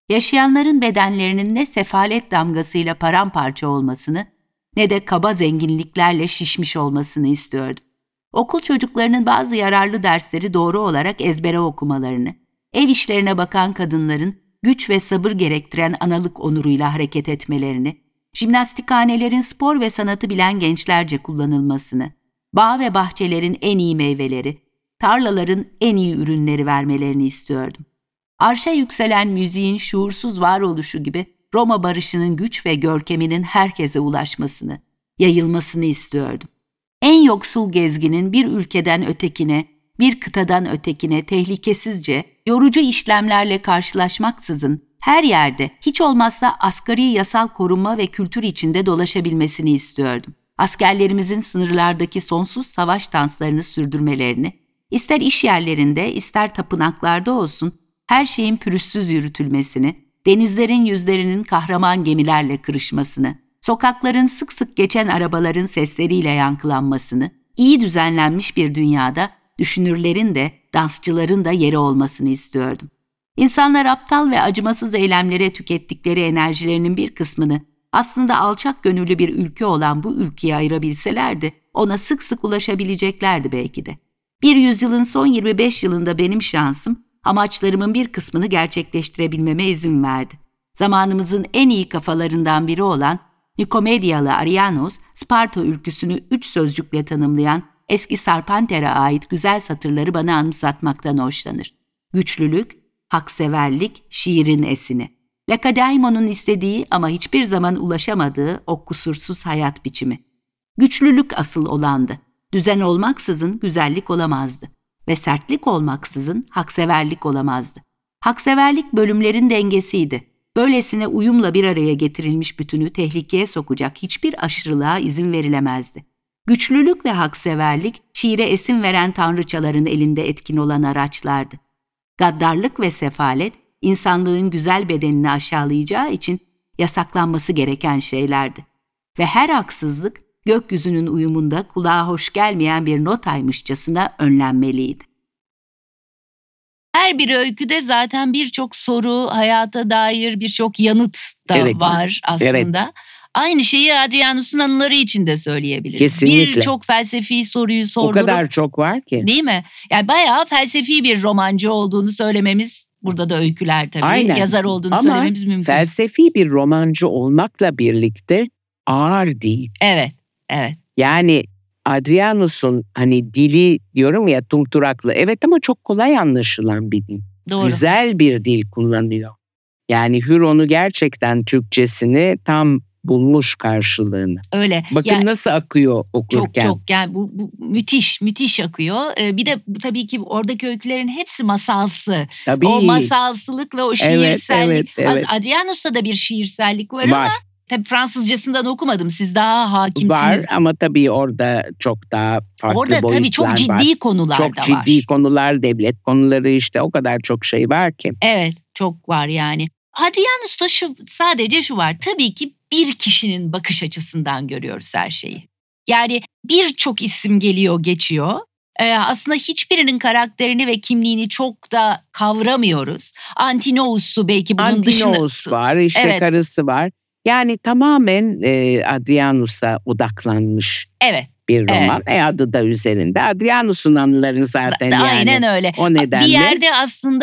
Yaşayanların bedenlerinin ne sefalet damgasıyla paramparça olmasını ne de kaba zenginliklerle şişmiş olmasını istiyordum. Okul çocuklarının bazı yararlı dersleri doğru olarak ezbere okumalarını, ev işlerine bakan kadınların güç ve sabır gerektiren analık onuruyla hareket etmelerini, jimnastikhanelerin spor ve sanatı bilen gençlerce kullanılmasını, bağ ve bahçelerin en iyi meyveleri, tarlaların en iyi ürünleri vermelerini istiyordum. Arşa yükselen müziğin şuursuz varoluşu gibi Roma barışının güç ve görkeminin herkese ulaşmasını, yayılmasını istiyordum. En yoksul gezginin bir ülkeden ötekine, bir kıtadan ötekine tehlikesizce, yorucu işlemlerle karşılaşmaksızın her yerde hiç olmazsa asgari yasal korunma ve kültür içinde dolaşabilmesini istiyordum. Askerlerimizin sınırlardaki sonsuz savaş danslarını sürdürmelerini, ister iş yerlerinde ister tapınaklarda olsun her şeyin pürüzsüz yürütülmesini, denizlerin yüzlerinin kahraman gemilerle kırışmasını, sokakların sık sık geçen arabaların sesleriyle yankılanmasını, iyi düzenlenmiş bir dünyada düşünürlerin de, dansçıların da yeri olmasını istiyordum. İnsanlar aptal ve acımasız eylemlere tükettikleri enerjilerinin bir kısmını aslında alçak gönüllü bir ülke olan bu ülkeye ayırabilselerdi, ona sık sık ulaşabileceklerdi belki de. Bir yüzyılın son 25 yılında benim şansım, amaçlarımın bir kısmını gerçekleştirebilmeme izin verdi. Zamanımızın en iyi kafalarından biri olan Nikomedyalı Arianos, Sparta ülküsünü 3 sözcükle tanımlayan eski Sarpanter'e ait güzel satırları bana anımsatmaktan hoşlanır. Güçlülük, hakseverlik, şiirin esini. Lakedaimon'un istediği ama hiçbir zaman ulaşamadığı o kusursuz hayat biçimi. Güçlülük asıl olandı. Düzen olmaksızın güzellik olamazdı. Ve sertlik olmaksızın hakseverlik olamazdı. Hakseverlik bölümlerin dengesiydi. Böylesine uyumla bir araya getirilmiş bütünü tehlikeye sokacak hiçbir aşırılığa izin verilemezdi. Güçlülük ve hakseverlik, şiire esin veren tanrıçaların elinde etkin olan araçlardı. Gaddarlık ve sefalet, insanlığın güzel bedenini aşağılayacağı için yasaklanması gereken şeylerdi. Ve her haksızlık, gökyüzünün uyumunda kulağa hoş gelmeyen bir notaymışçasına önlenmeliydi. Her bir öyküde zaten birçok soru, hayata dair birçok yanıt da var aslında. Evet. Aynı şeyi Adrianus'un anıları için de söyleyebiliriz. Kesinlikle. Birçok felsefi soruyu sordurup. O kadar çok var ki. Değil mi? Yani bayağı felsefi bir romancı olduğunu söylememiz, burada da öyküler tabii. Aynen. Yazar olduğunu söylememiz mümkün. Ama felsefi bir romancı olmakla birlikte ağır değil. Evet, evet. Yani Adrianus'un hani dili diyorum ya tumturaklı. Evet ama çok kolay anlaşılan bir dil. Doğru. Güzel bir dil kullanıyor. Yani Hüron'u gerçekten Türkçesini tam bulmuş karşılığını. Öyle. Bakın yani, nasıl akıyor okurken. Çok yani bu müthiş akıyor. Bir de tabii ki oradaki öykülerin hepsi masalsı. Tabii. O masalsılık ve o şiirsellik. Evet. Adrianus'ta da bir şiirsellik var. Ama tabii Fransızcasından okumadım. Siz daha hakimsiniz. Var ama tabii orada çok daha farklı orada boyutlar var. Orada tabii çok ciddi konular da var. Çok ciddi konular, devlet konuları, işte o kadar çok şey var ki. Evet, çok var yani. Adrianus'ta sadece şu var. Tabii ki bir kişinin bakış açısından görüyoruz her şeyi. Yani birçok isim geliyor geçiyor. Aslında hiçbirinin karakterini ve kimliğini çok da kavramıyoruz. Antinous'u belki bunun dışında. Antinous var, işte karısı var. Yani tamamen Adrianus'a odaklanmış bir roman. Adı da üzerinde. Adrianus'un anıları zaten yani. Aynen öyle. O nedenle. Bir yerde aslında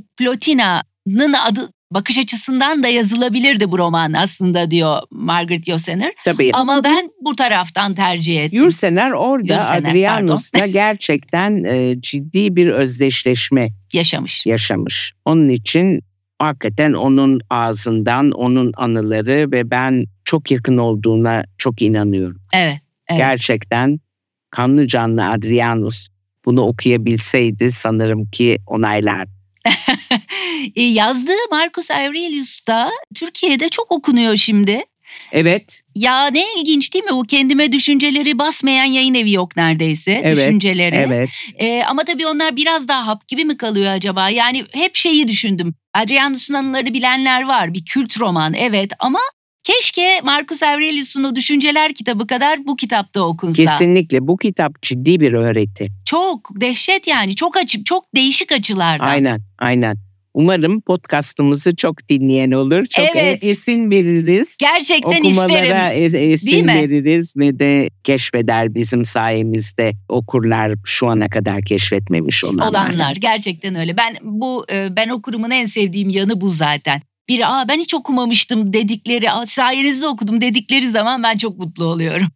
Plotina'nın adı bakış açısından da yazılabilirdi bu roman aslında diyor Margaret Yourcenar. Tabii. Ama ben bu taraftan tercih ettim. Yourcenar orada Adrianus'la gerçekten ciddi bir özdeşleşme yaşamış. Onun için hakikaten onun ağzından onun anıları ve ben çok yakın olduğuna çok inanıyorum. Evet. Gerçekten kanlı canlı Adrianus bunu okuyabilseydi sanırım ki onaylar. Yazdığı Marcus Aurelius da Türkiye'de çok okunuyor şimdi. Evet. Ya ne ilginç değil mi? O kendime düşünceleri basmayan yayın evi yok neredeyse. Düşünceleri. Evet. Ama tabii onlar biraz daha hap gibi mi kalıyor acaba? Yani hep şeyi düşündüm. Adrianus'un anılarını bilenler var. Bir kült roman evet ama keşke Marcus Aurelius'un o Düşünceler kitabı kadar bu kitapta okunsa. Kesinlikle bu kitap ciddi bir öğreti. Çok dehşet yani çok değişik açılardan. Aynen. Umarım podcastımızı çok dinleyen olur. Çok Evet. esin veririz. Gerçekten Okumalara isterim. esin veririz ve de keşfeder bizim sayemizde okurlar şu ana kadar keşfetmemiş olanlar. Gerçekten öyle. Ben okurumun en sevdiğim yanı bu zaten. Biri ben hiç okumamıştım dedikleri, sayenizde okudum dedikleri zaman ben çok mutlu oluyorum.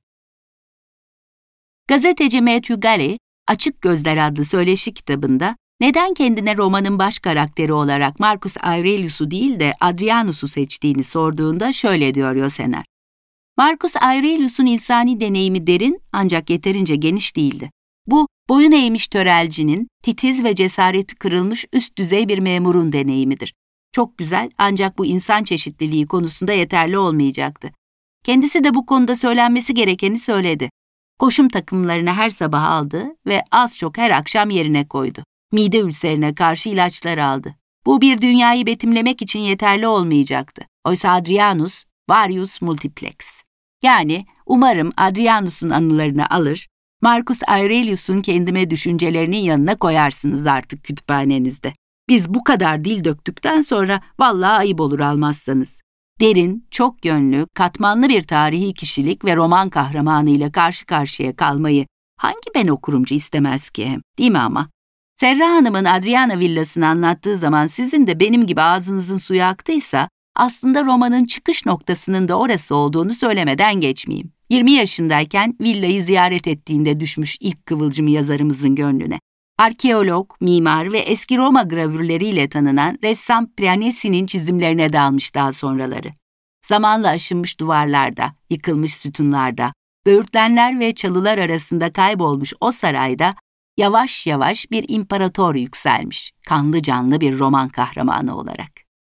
Gazeteci Matthew Galley, Açık Gözler adlı söyleşi kitabında neden kendine romanın baş karakteri olarak Marcus Aurelius'u değil de Adrianus'u seçtiğini sorduğunda şöyle diyor Yosener. Marcus Aurelius'un insani deneyimi derin ancak yeterince geniş değildi. Bu, boyun eğmiş törelcinin, titiz ve cesareti kırılmış üst düzey bir memurun deneyimidir. Çok güzel ancak bu insan çeşitliliği konusunda yeterli olmayacaktı. Kendisi de bu konuda söylenmesi gerekeni söyledi. Koşum takımlarını her sabah aldı ve az çok her akşam yerine koydu. Mide ülserine karşı ilaçlar aldı. Bu bir dünyayı betimlemek için yeterli olmayacaktı. Oysa Adrianus, varius multiplex. Yani umarım Adrianus'un anılarını alır, Marcus Aurelius'un kendime düşüncelerinin yanına koyarsınız artık kütüphanenizde. Biz bu kadar dil döktükten sonra vallahi ayıp olur almazsanız. Derin, çok yönlü, katmanlı bir tarihi kişilik ve roman kahramanıyla karşı karşıya kalmayı hangi ben okurumcu istemez ki hem, değil mi ama? Serra Hanım'ın Adriana villasını anlattığı zaman sizin de benim gibi ağzınızın suyu aktıysa aslında romanın çıkış noktasının da orası olduğunu söylemeden geçmeyeyim. 20 yaşındayken villayı ziyaret ettiğinde düşmüş ilk kıvılcımı yazarımızın gönlüne. Arkeolog, mimar ve eski Roma gravürleriyle tanınan ressam Piranesi'nin çizimlerine dalmış daha sonraları. Zamanla aşınmış duvarlarda, yıkılmış sütunlarda, böğürtlenler ve çalılar arasında kaybolmuş o sarayda yavaş yavaş bir imparator yükselmiş, kanlı canlı bir roman kahramanı olarak.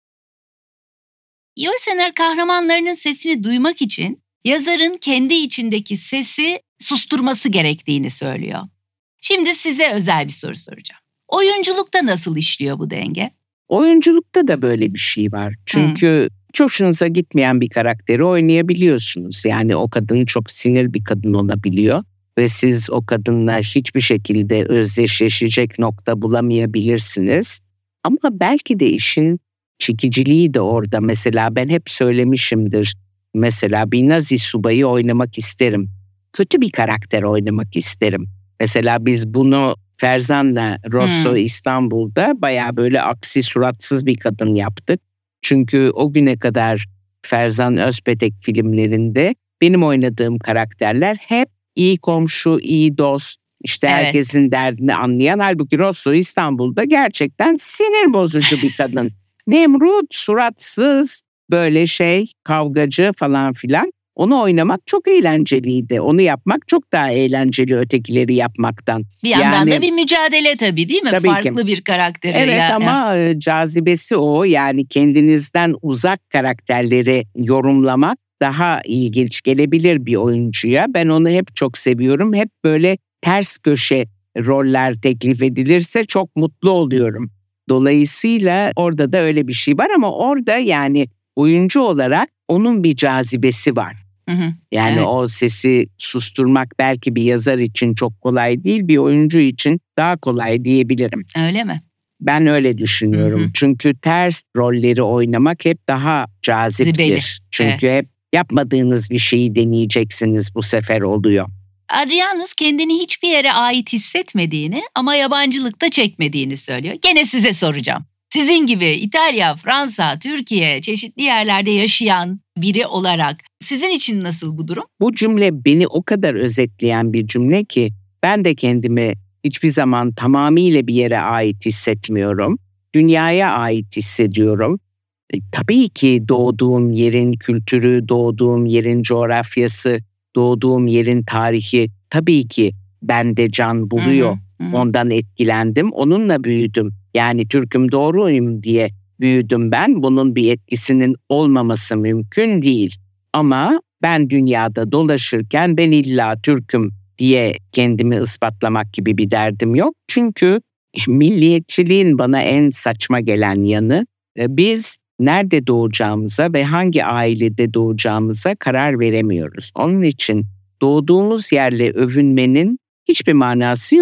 Yosener kahramanlarının sesini duymak için yazarın kendi içindeki sesi susturması gerektiğini söylüyor. Şimdi size özel bir soru soracağım. Oyunculukta nasıl işliyor bu denge? Oyunculukta da böyle bir şey var. Çünkü çok hoşunuza gitmeyen bir karakteri oynayabiliyorsunuz. Yani o kadın çok sinir bir kadın olabiliyor. Ve siz o kadınla hiçbir şekilde özdeşleşecek nokta bulamayabilirsiniz. Ama belki de işin çekiciliği de orada. Mesela ben hep söylemişimdir. Mesela bir Nazi subayı oynamak isterim. Kötü bir karakter oynamak isterim. Mesela biz bunu Ferzan'la Rosso İstanbul'da bayağı böyle aksi suratsız bir kadın yaptık. Çünkü o güne kadar Ferzan Özpetek filmlerinde benim oynadığım karakterler hep iyi komşu, iyi dost, işte herkesin derdini anlayan. Halbuki Rosso İstanbul'da gerçekten sinir bozucu bir kadın. Nemrut, suratsız, böyle kavgacı falan filan. Onu oynamak çok eğlenceliydi. Onu yapmak çok daha eğlenceli ötekileri yapmaktan. Bir yandan da bir mücadele tabii değil mi? Tabii farklı bir karakteri. Evet ama cazibesi o. Yani kendinizden uzak karakterleri yorumlamak daha ilginç gelebilir bir oyuncuya. Ben onu hep çok seviyorum. Hep böyle ters köşe roller teklif edilirse çok mutlu oluyorum. Dolayısıyla orada da öyle bir şey var ama orada yani oyuncu olarak onun bir cazibesi var. Yani o sesi susturmak belki bir yazar için çok kolay değil, bir oyuncu için daha kolay diyebilirim. Öyle mi? Ben öyle düşünüyorum. Çünkü ters rolleri oynamak hep daha caziptir. Zibeli. Çünkü hep yapmadığınız bir şeyi deneyeceksiniz, bu sefer oluyor. Adrianus kendini hiçbir yere ait hissetmediğini ama yabancılıkta çekmediğini söylüyor. Gene size soracağım. Sizin gibi İtalya, Fransa, Türkiye çeşitli yerlerde yaşayan biri olarak sizin için nasıl bu durum? Bu cümle beni o kadar özetleyen bir cümle ki ben de kendimi hiçbir zaman tamamıyla bir yere ait hissetmiyorum. Dünyaya ait hissediyorum. Tabii ki doğduğum yerin kültürü, doğduğum yerin coğrafyası, doğduğum yerin tarihi tabii ki bende can buluyor. Ondan etkilendim, onunla büyüdüm. Yani Türk'üm doğruyum diye büyüdüm ben. Bunun bir etkisinin olmaması mümkün değil. Ama ben dünyada dolaşırken ben illa Türk'üm diye kendimi ispatlamak gibi bir derdim yok. Çünkü milliyetçiliğin bana en saçma gelen yanı, biz nerede doğacağımıza ve hangi ailede doğacağımıza karar veremiyoruz. Onun için doğduğumuz yerle övünmenin hiçbir manası yok.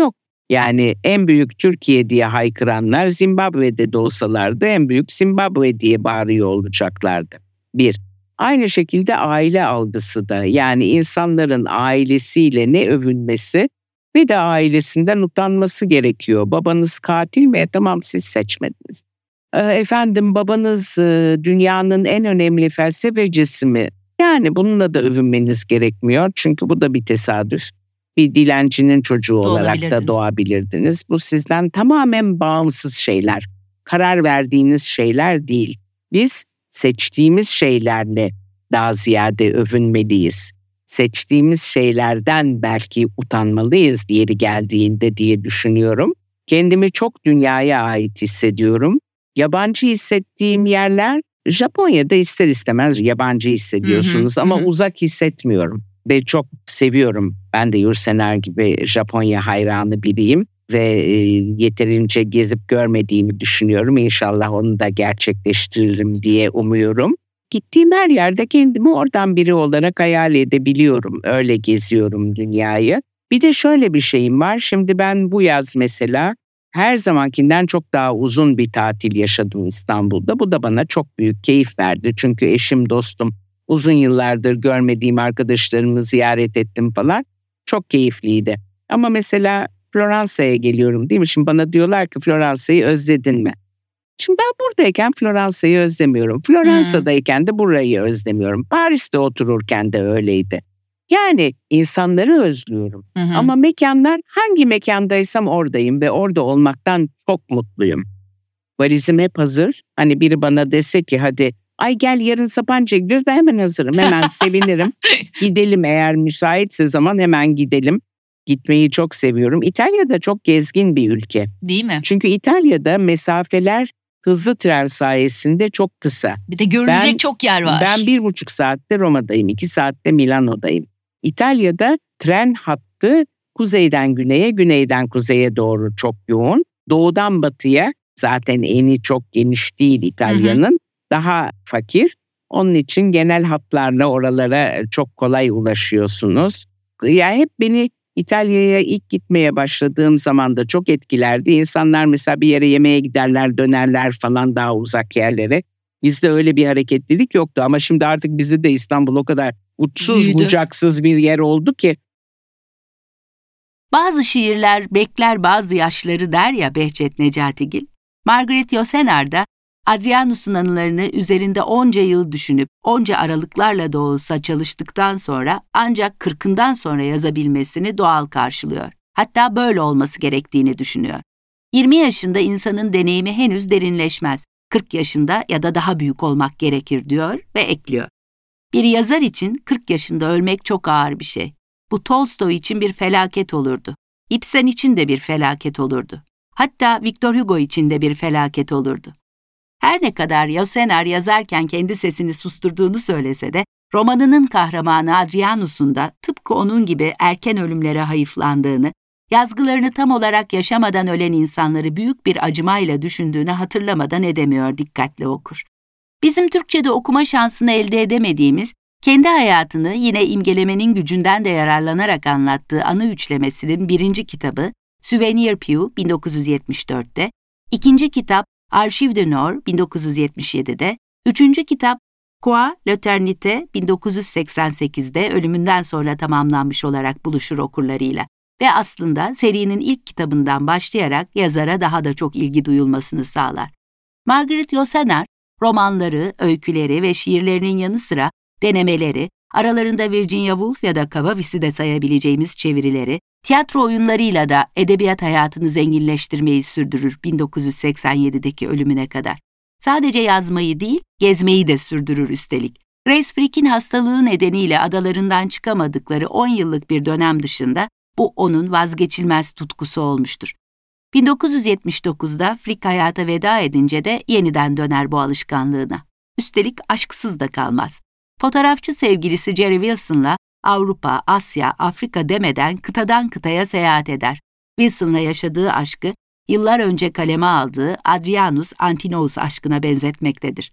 Yani en büyük Türkiye diye haykıranlar Zimbabwe'de de olsalardı en büyük Zimbabwe diye bağırıyor olacaklardı. Bir. Aynı şekilde aile algısı da, yani insanların ailesiyle ne övünmesi ve de ailesinden utanması gerekiyor. Babanız katil mi? Tamam, siz seçmediniz. Efendim, babanız dünyanın en önemli felsefecisi mi? Yani bununla da övünmeniz gerekmiyor çünkü bu da bir tesadüf. Bir dilencinin çocuğu olarak da doğabilirdiniz. Bu sizden tamamen bağımsız şeyler. Karar verdiğiniz şeyler değil. Biz seçtiğimiz şeylerle daha ziyade övünmeliyiz. Seçtiğimiz şeylerden belki utanmalıyız yeri geldiğinde diye düşünüyorum. Kendimi çok dünyaya ait hissediyorum. Yabancı hissettiğim yerler, Japonya'da ister istemez yabancı hissediyorsunuz ama uzak hissetmiyorum. Ve çok seviyorum. Ben de Yursenar gibi Japonya hayranı biriyim ve yeterince gezip görmediğimi düşünüyorum. İnşallah onu da gerçekleştiririm diye umuyorum. Gittiğim her yerde kendimi oradan biri olarak hayal edebiliyorum. Öyle geziyorum dünyayı. Bir de şöyle bir şeyim var. Şimdi ben bu yaz mesela her zamankinden çok daha uzun bir tatil yaşadım İstanbul'da. Bu da bana çok büyük keyif verdi. Çünkü eşim, dostum, uzun yıllardır görmediğim arkadaşlarımı ziyaret ettim falan. Çok keyifliydi. Ama mesela Floransa'ya geliyorum değil mi? Şimdi bana diyorlar ki Floransa'yı özledin mi? Şimdi ben buradayken Floransa'yı özlemiyorum. Floransa'dayken de burayı özlemiyorum. Paris'te otururken de öyleydi. Yani insanları özlüyorum. Ama mekanlar, hangi mekandaysam oradayım ve orada olmaktan çok mutluyum. Valizim hep hazır. Hani biri bana dese ki hadi ay gel yarın Sapanca'ya gidiyoruz, ben hemen hazırım. Hemen sevinirim. Gidelim, eğer müsaitse zaman hemen gidelim. Gitmeyi çok seviyorum. İtalya da çok gezgin bir ülke. Değil mi? Çünkü İtalya'da mesafeler hızlı tren sayesinde çok kısa. Bir de görülecek çok yer var. Ben 1,5 saatte Roma'dayım, 2 saatte Milano'dayım. İtalya'da tren hattı kuzeyden güneye, güneyden kuzeye doğru çok yoğun. Doğudan batıya, zaten eni çok geniş değil İtalya'nın, daha fakir. Onun için genel hatlarla oralara çok kolay ulaşıyorsunuz. Yani hep beni İtalya'ya ilk gitmeye başladığım zaman da çok etkilerdi. İnsanlar mesela bir yere yemeğe giderler, dönerler falan daha uzak yerlere. Bizde öyle bir hareketlilik yoktu ama şimdi artık bizde de İstanbul o kadar uçsuz bucaksız bir yer oldu ki. Bazı şiirler bekler bazı yaşları der ya Behçet Necatigil. Margaret Yourcenar da Adrianus'un anılarını üzerinde onca yıl düşünüp onca aralıklarla da olsa çalıştıktan sonra ancak 40'ından sonra yazabilmesini doğal karşılıyor. Hatta böyle olması gerektiğini düşünüyor. 20 yaşında insanın deneyimi henüz derinleşmez. 40 yaşında ya da daha büyük olmak gerekir diyor ve ekliyor. Bir yazar için 40 yaşında ölmek çok ağır bir şey. Bu Tolstoy için bir felaket olurdu. Ibsen için de bir felaket olurdu. Hatta Victor Hugo için de bir felaket olurdu. Her ne kadar Yourcenar yazarken kendi sesini susturduğunu söylese de, romanının kahramanı Adrianus'un da tıpkı onun gibi erken ölümlere hayıflandığını, yazgılarını tam olarak yaşamadan ölen insanları büyük bir acımayla düşündüğünü hatırlamadan edemiyor dikkatli okur. Bizim Türkçe'de okuma şansını elde edemediğimiz, kendi hayatını yine imgelemenin gücünden de yararlanarak anlattığı anı üçlemesinin 1. kitabı Souvenir Pieux 1974'te, 2. kitap Archives de Nord 1977'de, 3. kitap Quoi l'Eternité 1988'de ölümünden sonra tamamlanmış olarak buluşur okurlarıyla ve aslında serinin ilk kitabından başlayarak yazara daha da çok ilgi duyulmasını sağlar. Margaret Yourcenar, romanları, öyküleri ve şiirlerinin yanı sıra denemeleri, aralarında Virginia Woolf ya da Kavafis'i de sayabileceğimiz çevirileri, tiyatro oyunlarıyla da edebiyat hayatını zenginleştirmeyi sürdürür 1987'deki ölümüne kadar. Sadece yazmayı değil, gezmeyi de sürdürür üstelik. Grace Frick'in hastalığı nedeniyle adalarından çıkamadıkları 10 yıllık bir dönem dışında bu onun vazgeçilmez tutkusu olmuştur. 1979'da Frick hayata veda edince de yeniden döner bu alışkanlığına. Üstelik aşksız da kalmaz. Fotoğrafçı sevgilisi Jerry Wilson'la Avrupa, Asya, Afrika demeden kıtadan kıtaya seyahat eder. Wilson'la yaşadığı aşkı yıllar önce kaleme aldığı Adrianus Antinous aşkına benzetmektedir.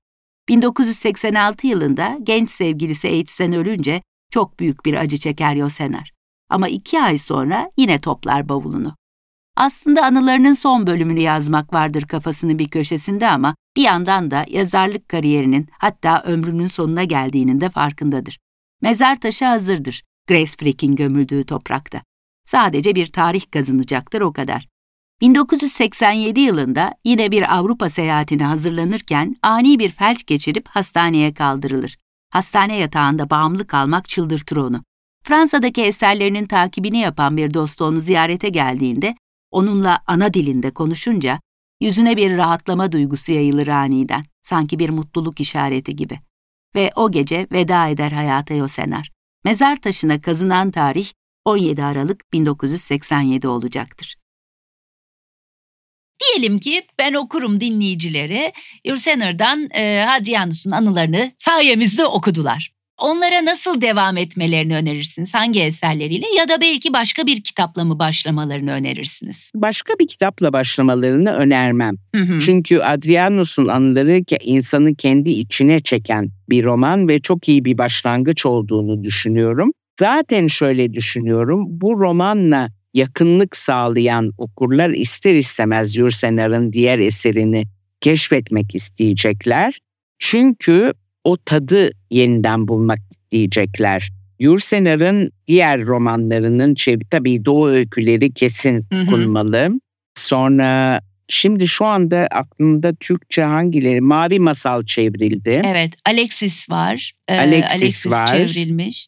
1986 yılında genç sevgilisi AIDS'ten ölünce çok büyük bir acı çeker Yourcenar. Ama 2 ay sonra yine toplar bavulunu. Aslında anılarının son bölümünü yazmak vardır kafasının bir köşesinde ama bir yandan da yazarlık kariyerinin hatta ömrünün sonuna geldiğinin de farkındadır. Mezar taşı hazırdır Grace Frick'in gömüldüğü toprakta. Sadece bir tarih kazınacaktır o kadar. 1987 yılında yine bir Avrupa seyahatine hazırlanırken ani bir felç geçirip hastaneye kaldırılır. Hastane yatağında bağımlı kalmak çıldırtır onu. Fransa'daki eserlerinin takibini yapan bir dostu onu ziyarete geldiğinde, onunla ana dilinde konuşunca, yüzüne bir rahatlama duygusu yayılır aniden, sanki bir mutluluk işareti gibi. Ve o gece veda eder hayata Yosener. Mezar taşına kazınan tarih 17 Aralık 1987 olacaktır. Diyelim ki ben okurum dinleyicileri, Yosener'dan Hadrianus'un anılarını sayemizde okudular. Onlara nasıl devam etmelerini önerirsiniz? Hangi eserleriyle ya da belki başka bir kitapla mı başlamalarını önerirsiniz? Başka bir kitapla başlamalarını önermem. Hı. Çünkü Hadrianus'un anıları insanı kendi içine çeken bir roman ve çok iyi bir başlangıç olduğunu düşünüyorum. Zaten şöyle düşünüyorum, bu romanla yakınlık sağlayan okurlar ister istemez Yosener'in diğer eserini keşfetmek isteyecekler. Çünkü o tadı yeniden bulmak isteyecekler. Yosener'in diğer romanlarının tabii Doğu Öyküleri kesin okunmalı. Sonra şimdi şu anda aklımda Türkçe hangileri? Mavi Masal çevrildi. Evet, Alexis var. Alexis var. Çevrilmiş.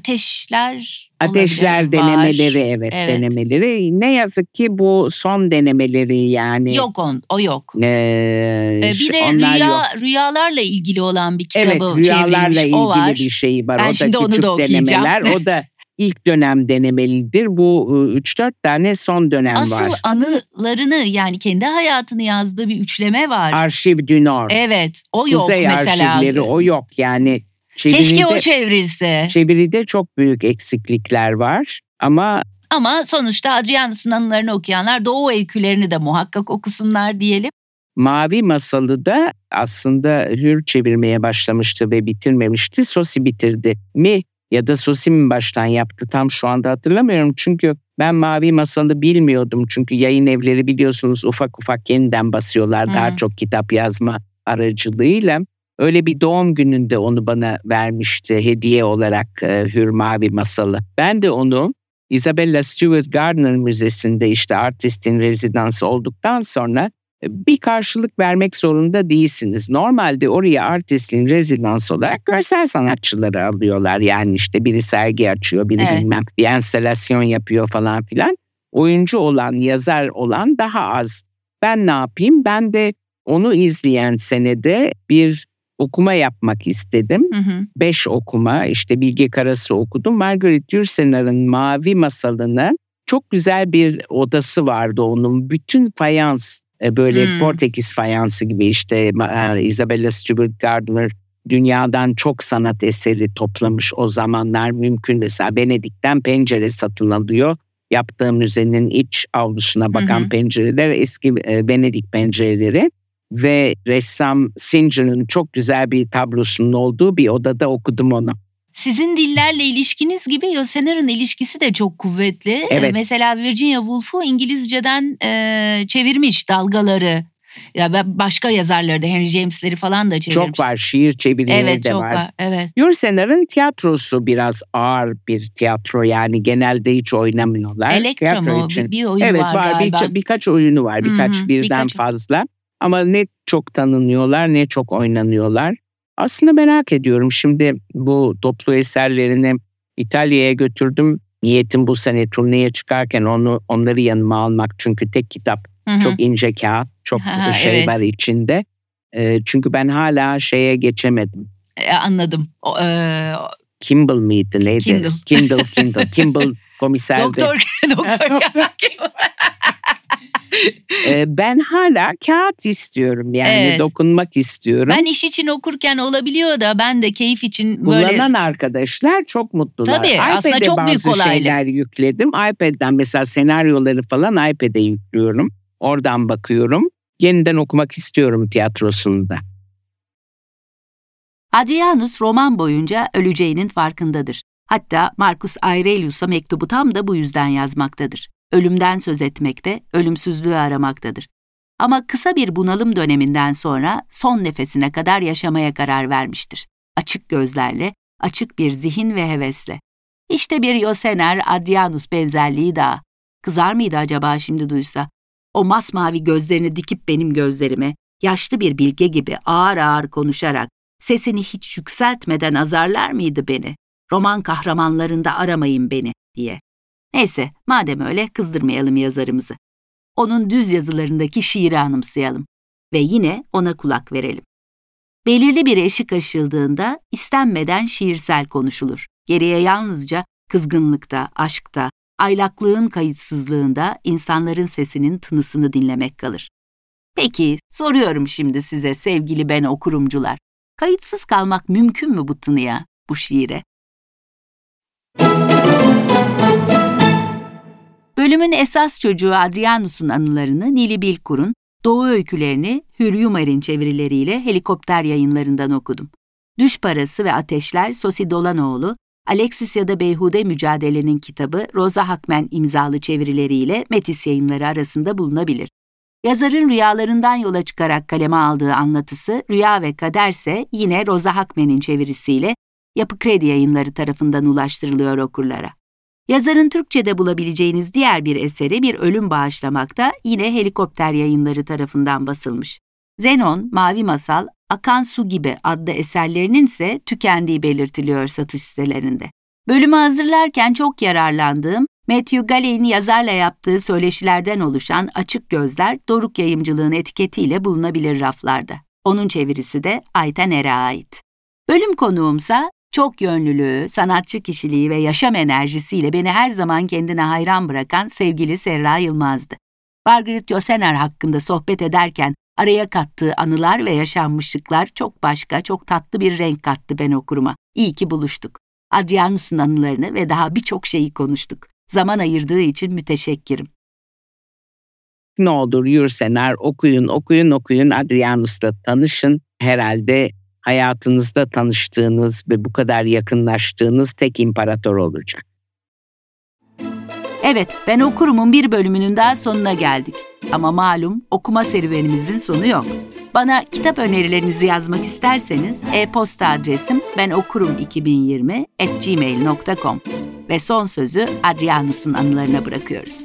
Ateşler denemeleri evet, denemeleri. Ne yazık ki bu son denemeleri yani. Yok o yok. Bir de rüyalarla ilgili olan bir kitabı çevrilmiş. Evet, rüyalarla ilgili bir şey var. Ben o şimdi da onu küçük da okuyacağım. denemeler. O da ilk dönem denemelidir. Bu 3-4 tane son dönem var. Asıl anılarını yani kendi hayatını yazdığı bir üçleme var. Arşiv du Nord. Evet, o yok Kuzey mesela. arşivleri o yok yani. Keşke o çevrilse. Çeviride çok büyük eksiklikler var ama sonuçta Hadrianus'un anılarını okuyanlar Doğu Öykülerini de muhakkak okusunlar diyelim. Mavi Masal'ı da aslında Hür çevirmeye başlamıştı ve bitirmemişti. Sosi bitirdi mi ya da Sosi mi baştan yaptı tam şu anda hatırlamıyorum. Çünkü ben Mavi Masal'ı bilmiyordum. Çünkü yayın evleri biliyorsunuz ufak ufak yeniden basıyorlar daha çok kitap yazma aracılığıyla. Öyle bir doğum gününde onu bana vermişti hediye olarak Hür Mavi Masalı. Ben de onu Isabella Stewart Gardner Müzesi'nde işte Artist in Residence olduktan sonra bir karşılık vermek zorunda değilsiniz. Normalde oraya Artist in Residence olarak görsel sanatçıları alıyorlar. Yani işte biri sergi açıyor, biri bilmem bir enstalasyon yapıyor falan filan. Oyuncu olan, yazar olan daha az. Ben ne yapayım? Ben de onu izleyen senede bir okuma yapmak istedim. 5 okuma işte Bilge Karas'ı okudum. Marguerite Yourcenar'ın Mavi Masalı'nı çok güzel bir odası vardı onun. Bütün fayans böyle Portekiz fayansı gibi işte Isabella Stewart Gardner dünyadan çok sanat eseri toplamış o zamanlar mümkün. Mesela Venedik'ten pencere satın alıyor. Yaptığı müzenin iç avlusuna bakan pencereler eski Venedik pencereleri. Ve ressam Singer'ın çok güzel bir tablosunun olduğu bir odada okudum onu. Sizin dillerle ilişkiniz gibi Yosener'in ilişkisi de çok kuvvetli. Evet. Mesela Virginia Woolf'u İngilizceden çevirmiş Dalgaları. Ya başka yazarları da Henry James'leri falan da çevirmiş. Çok var, şiir çevirileri de var. Evet. Yourcenar'ın tiyatrosu biraz ağır bir tiyatro yani genelde hiç oynamıyorlar. Elektra mı? Bir oyunu evet, var galiba. Birkaç oyunu var, birden fazla. Ama ne çok tanınıyorlar ne çok oynanıyorlar. Aslında merak ediyorum şimdi bu toplu eserlerini İtalya'ya götürdüm. Niyetim bu sene turneye çıkarken onları yanıma almak. Çünkü tek kitap çok ince kağıt, çok var içinde. Çünkü ben hala şeye geçemedim. Anladım. Kimball mıydı neydi? Kindle. Kimball komiserdi. Doktor. Ben hala kağıt istiyorum yani dokunmak istiyorum. Ben iş için okurken olabiliyor da ben de keyif için böyle. Kullanan arkadaşlar çok mutlular. Tabii aslında çok büyük kolaylık. Bazı şeyler yükledim. iPad'den mesela senaryoları falan iPad'e yüklüyorum. Oradan bakıyorum. Yeniden okumak istiyorum tiyatrosunda. Hadrianus roman boyunca öleceğinin farkındadır. Hatta Marcus Aurelius'a mektubu tam da bu yüzden yazmaktadır. ölümden söz etmekte, ölümsüzlüğü aramaktadır. Ama kısa bir bunalım döneminden sonra son nefesine kadar yaşamaya karar vermiştir. Açık gözlerle, açık bir zihin ve hevesle. İşte bir Yosener Adrianus benzerliği daha. Kızar mıydı acaba şimdi duysa? O masmavi gözlerini dikip benim gözlerime, yaşlı bir bilge gibi ağır ağır konuşarak, sesini hiç yükseltmeden azarlar mıydı beni? Roman kahramanlarında aramayın beni diye. Neyse, madem öyle kızdırmayalım yazarımızı. Onun düz yazılarındaki şiiri anımsayalım ve yine ona kulak verelim. Belirli bir eşik aşıldığında istenmeden şiirsel konuşulur. Geriye yalnızca kızgınlıkta, aşkta, aylaklığın kayıtsızlığında insanların sesinin tınısını dinlemek kalır. Peki, soruyorum şimdi size sevgili ben okurumcular. Kayıtsız kalmak mümkün mü bu tınıya, bu şiire? Bölümün esas çocuğu Adrianus'un anılarını Nili Bilkur'un, Doğu öykülerini Hür Yumer'in çevirileriyle Helikopter Yayınlarından okudum. Düş Parası ve Ateşler Sosi Dolanoğlu, Alexis ya da Beyhude Mücadele'nin kitabı Rosa Hakmen imzalı çevirileriyle Metis Yayınları arasında bulunabilir. Yazarın rüyalarından yola çıkarak kaleme aldığı anlatısı Rüya ve Kaderse yine Rosa Hakmen'in çevirisiyle Yapı Kredi Yayınları tarafından ulaştırılıyor okurlara. Yazarın Türkçe'de bulabileceğiniz diğer bir eseri Bir Ölüm Bağışlamak'ta yine Helikopter Yayınları tarafından basılmış. Zenon, Mavi Masal, Akan Su Gibi adlı eserlerinin ise tükendiği belirtiliyor satış sitelerinde. Bölümü hazırlarken çok yararlandığım Matthew Galley'in yazarla yaptığı söyleşilerden oluşan Açık Gözler, Doruk Yayımcılığın etiketiyle bulunabilir raflarda. Onun çevirisi de Ayten Er'e ait. Bölüm konuğumsa çok yönlülüğü, sanatçı kişiliği ve yaşam enerjisiyle beni her zaman kendine hayran bırakan sevgili Serra Yılmaz'dı. Margaret Yosener hakkında sohbet ederken araya kattığı anılar ve yaşanmışlıklar çok başka, çok tatlı bir renk kattı ben okuruma. İyi ki buluştuk. Adrianus'un anılarını ve daha birçok şeyi konuştuk. Zaman ayırdığı için müteşekkirim. Ne olur Yursenar okuyun Adrianus'la tanışın. Herhalde hayatınızda tanıştığınız ve bu kadar yakınlaştığınız tek imparator olacak. Evet, ben okurumun bir bölümünün daha sonuna geldik. Ama malum okuma serüvenimizin sonu yok. Bana kitap önerilerinizi yazmak isterseniz e-posta adresim benokurum2020@gmail.com ve son sözü Adrianus'un anılarına bırakıyoruz.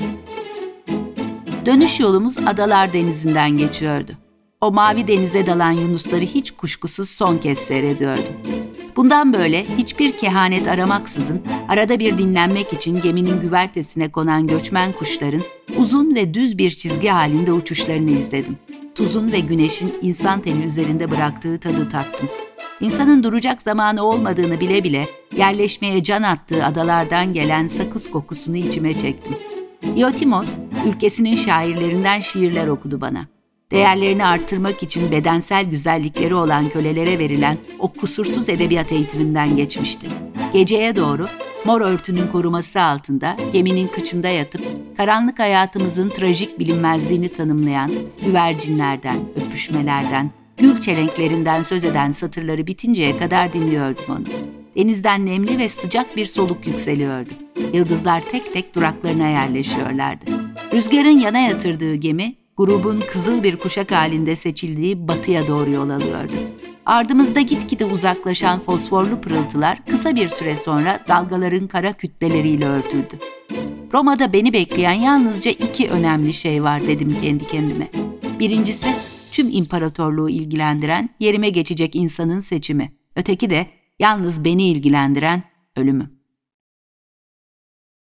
Dönüş yolumuz Adalar Denizi'nden geçiyordu. O mavi denize dalan yunusları hiç kuşkusuz son kez seyrediyordum. Bundan böyle hiçbir kehanet aramaksızın arada bir dinlenmek için geminin güvertesine konan göçmen kuşların uzun ve düz bir çizgi halinde uçuşlarını izledim. Tuzun ve güneşin insan teni üzerinde bıraktığı tadı tattım. İnsanın duracak zamanı olmadığını bile bile yerleşmeye can attığı adalardan gelen sakız kokusunu içime çektim. Diotimos, ülkesinin şairlerinden şiirler okudu bana. Değerlerini arttırmak için bedensel güzellikleri olan kölelere verilen o kusursuz edebiyat eğitiminden geçmişti. Geceye doğru mor örtünün koruması altında geminin kıçında yatıp karanlık hayatımızın trajik bilinmezliğini tanımlayan güvercinlerden, öpüşmelerden, gül çelenklerinden söz eden satırları bitinceye kadar dinliyordum onu. Denizden nemli ve sıcak bir soluk yükseliyordu. Yıldızlar tek tek duraklarına yerleşiyorlardı. Rüzgarın yana yatırdığı gemi, grubun kızıl bir kuşak halinde seçildiği batıya doğru yol alıyordu. Ardımızda gitgide uzaklaşan fosforlu pırıltılar kısa bir süre sonra dalgaların kara kütleleriyle örtüldü. Roma'da beni bekleyen yalnızca 2 önemli şey var dedim kendi kendime. Birincisi, tüm imparatorluğu ilgilendiren yerime geçecek insanın seçimi. Öteki de yalnız beni ilgilendiren ölümüm.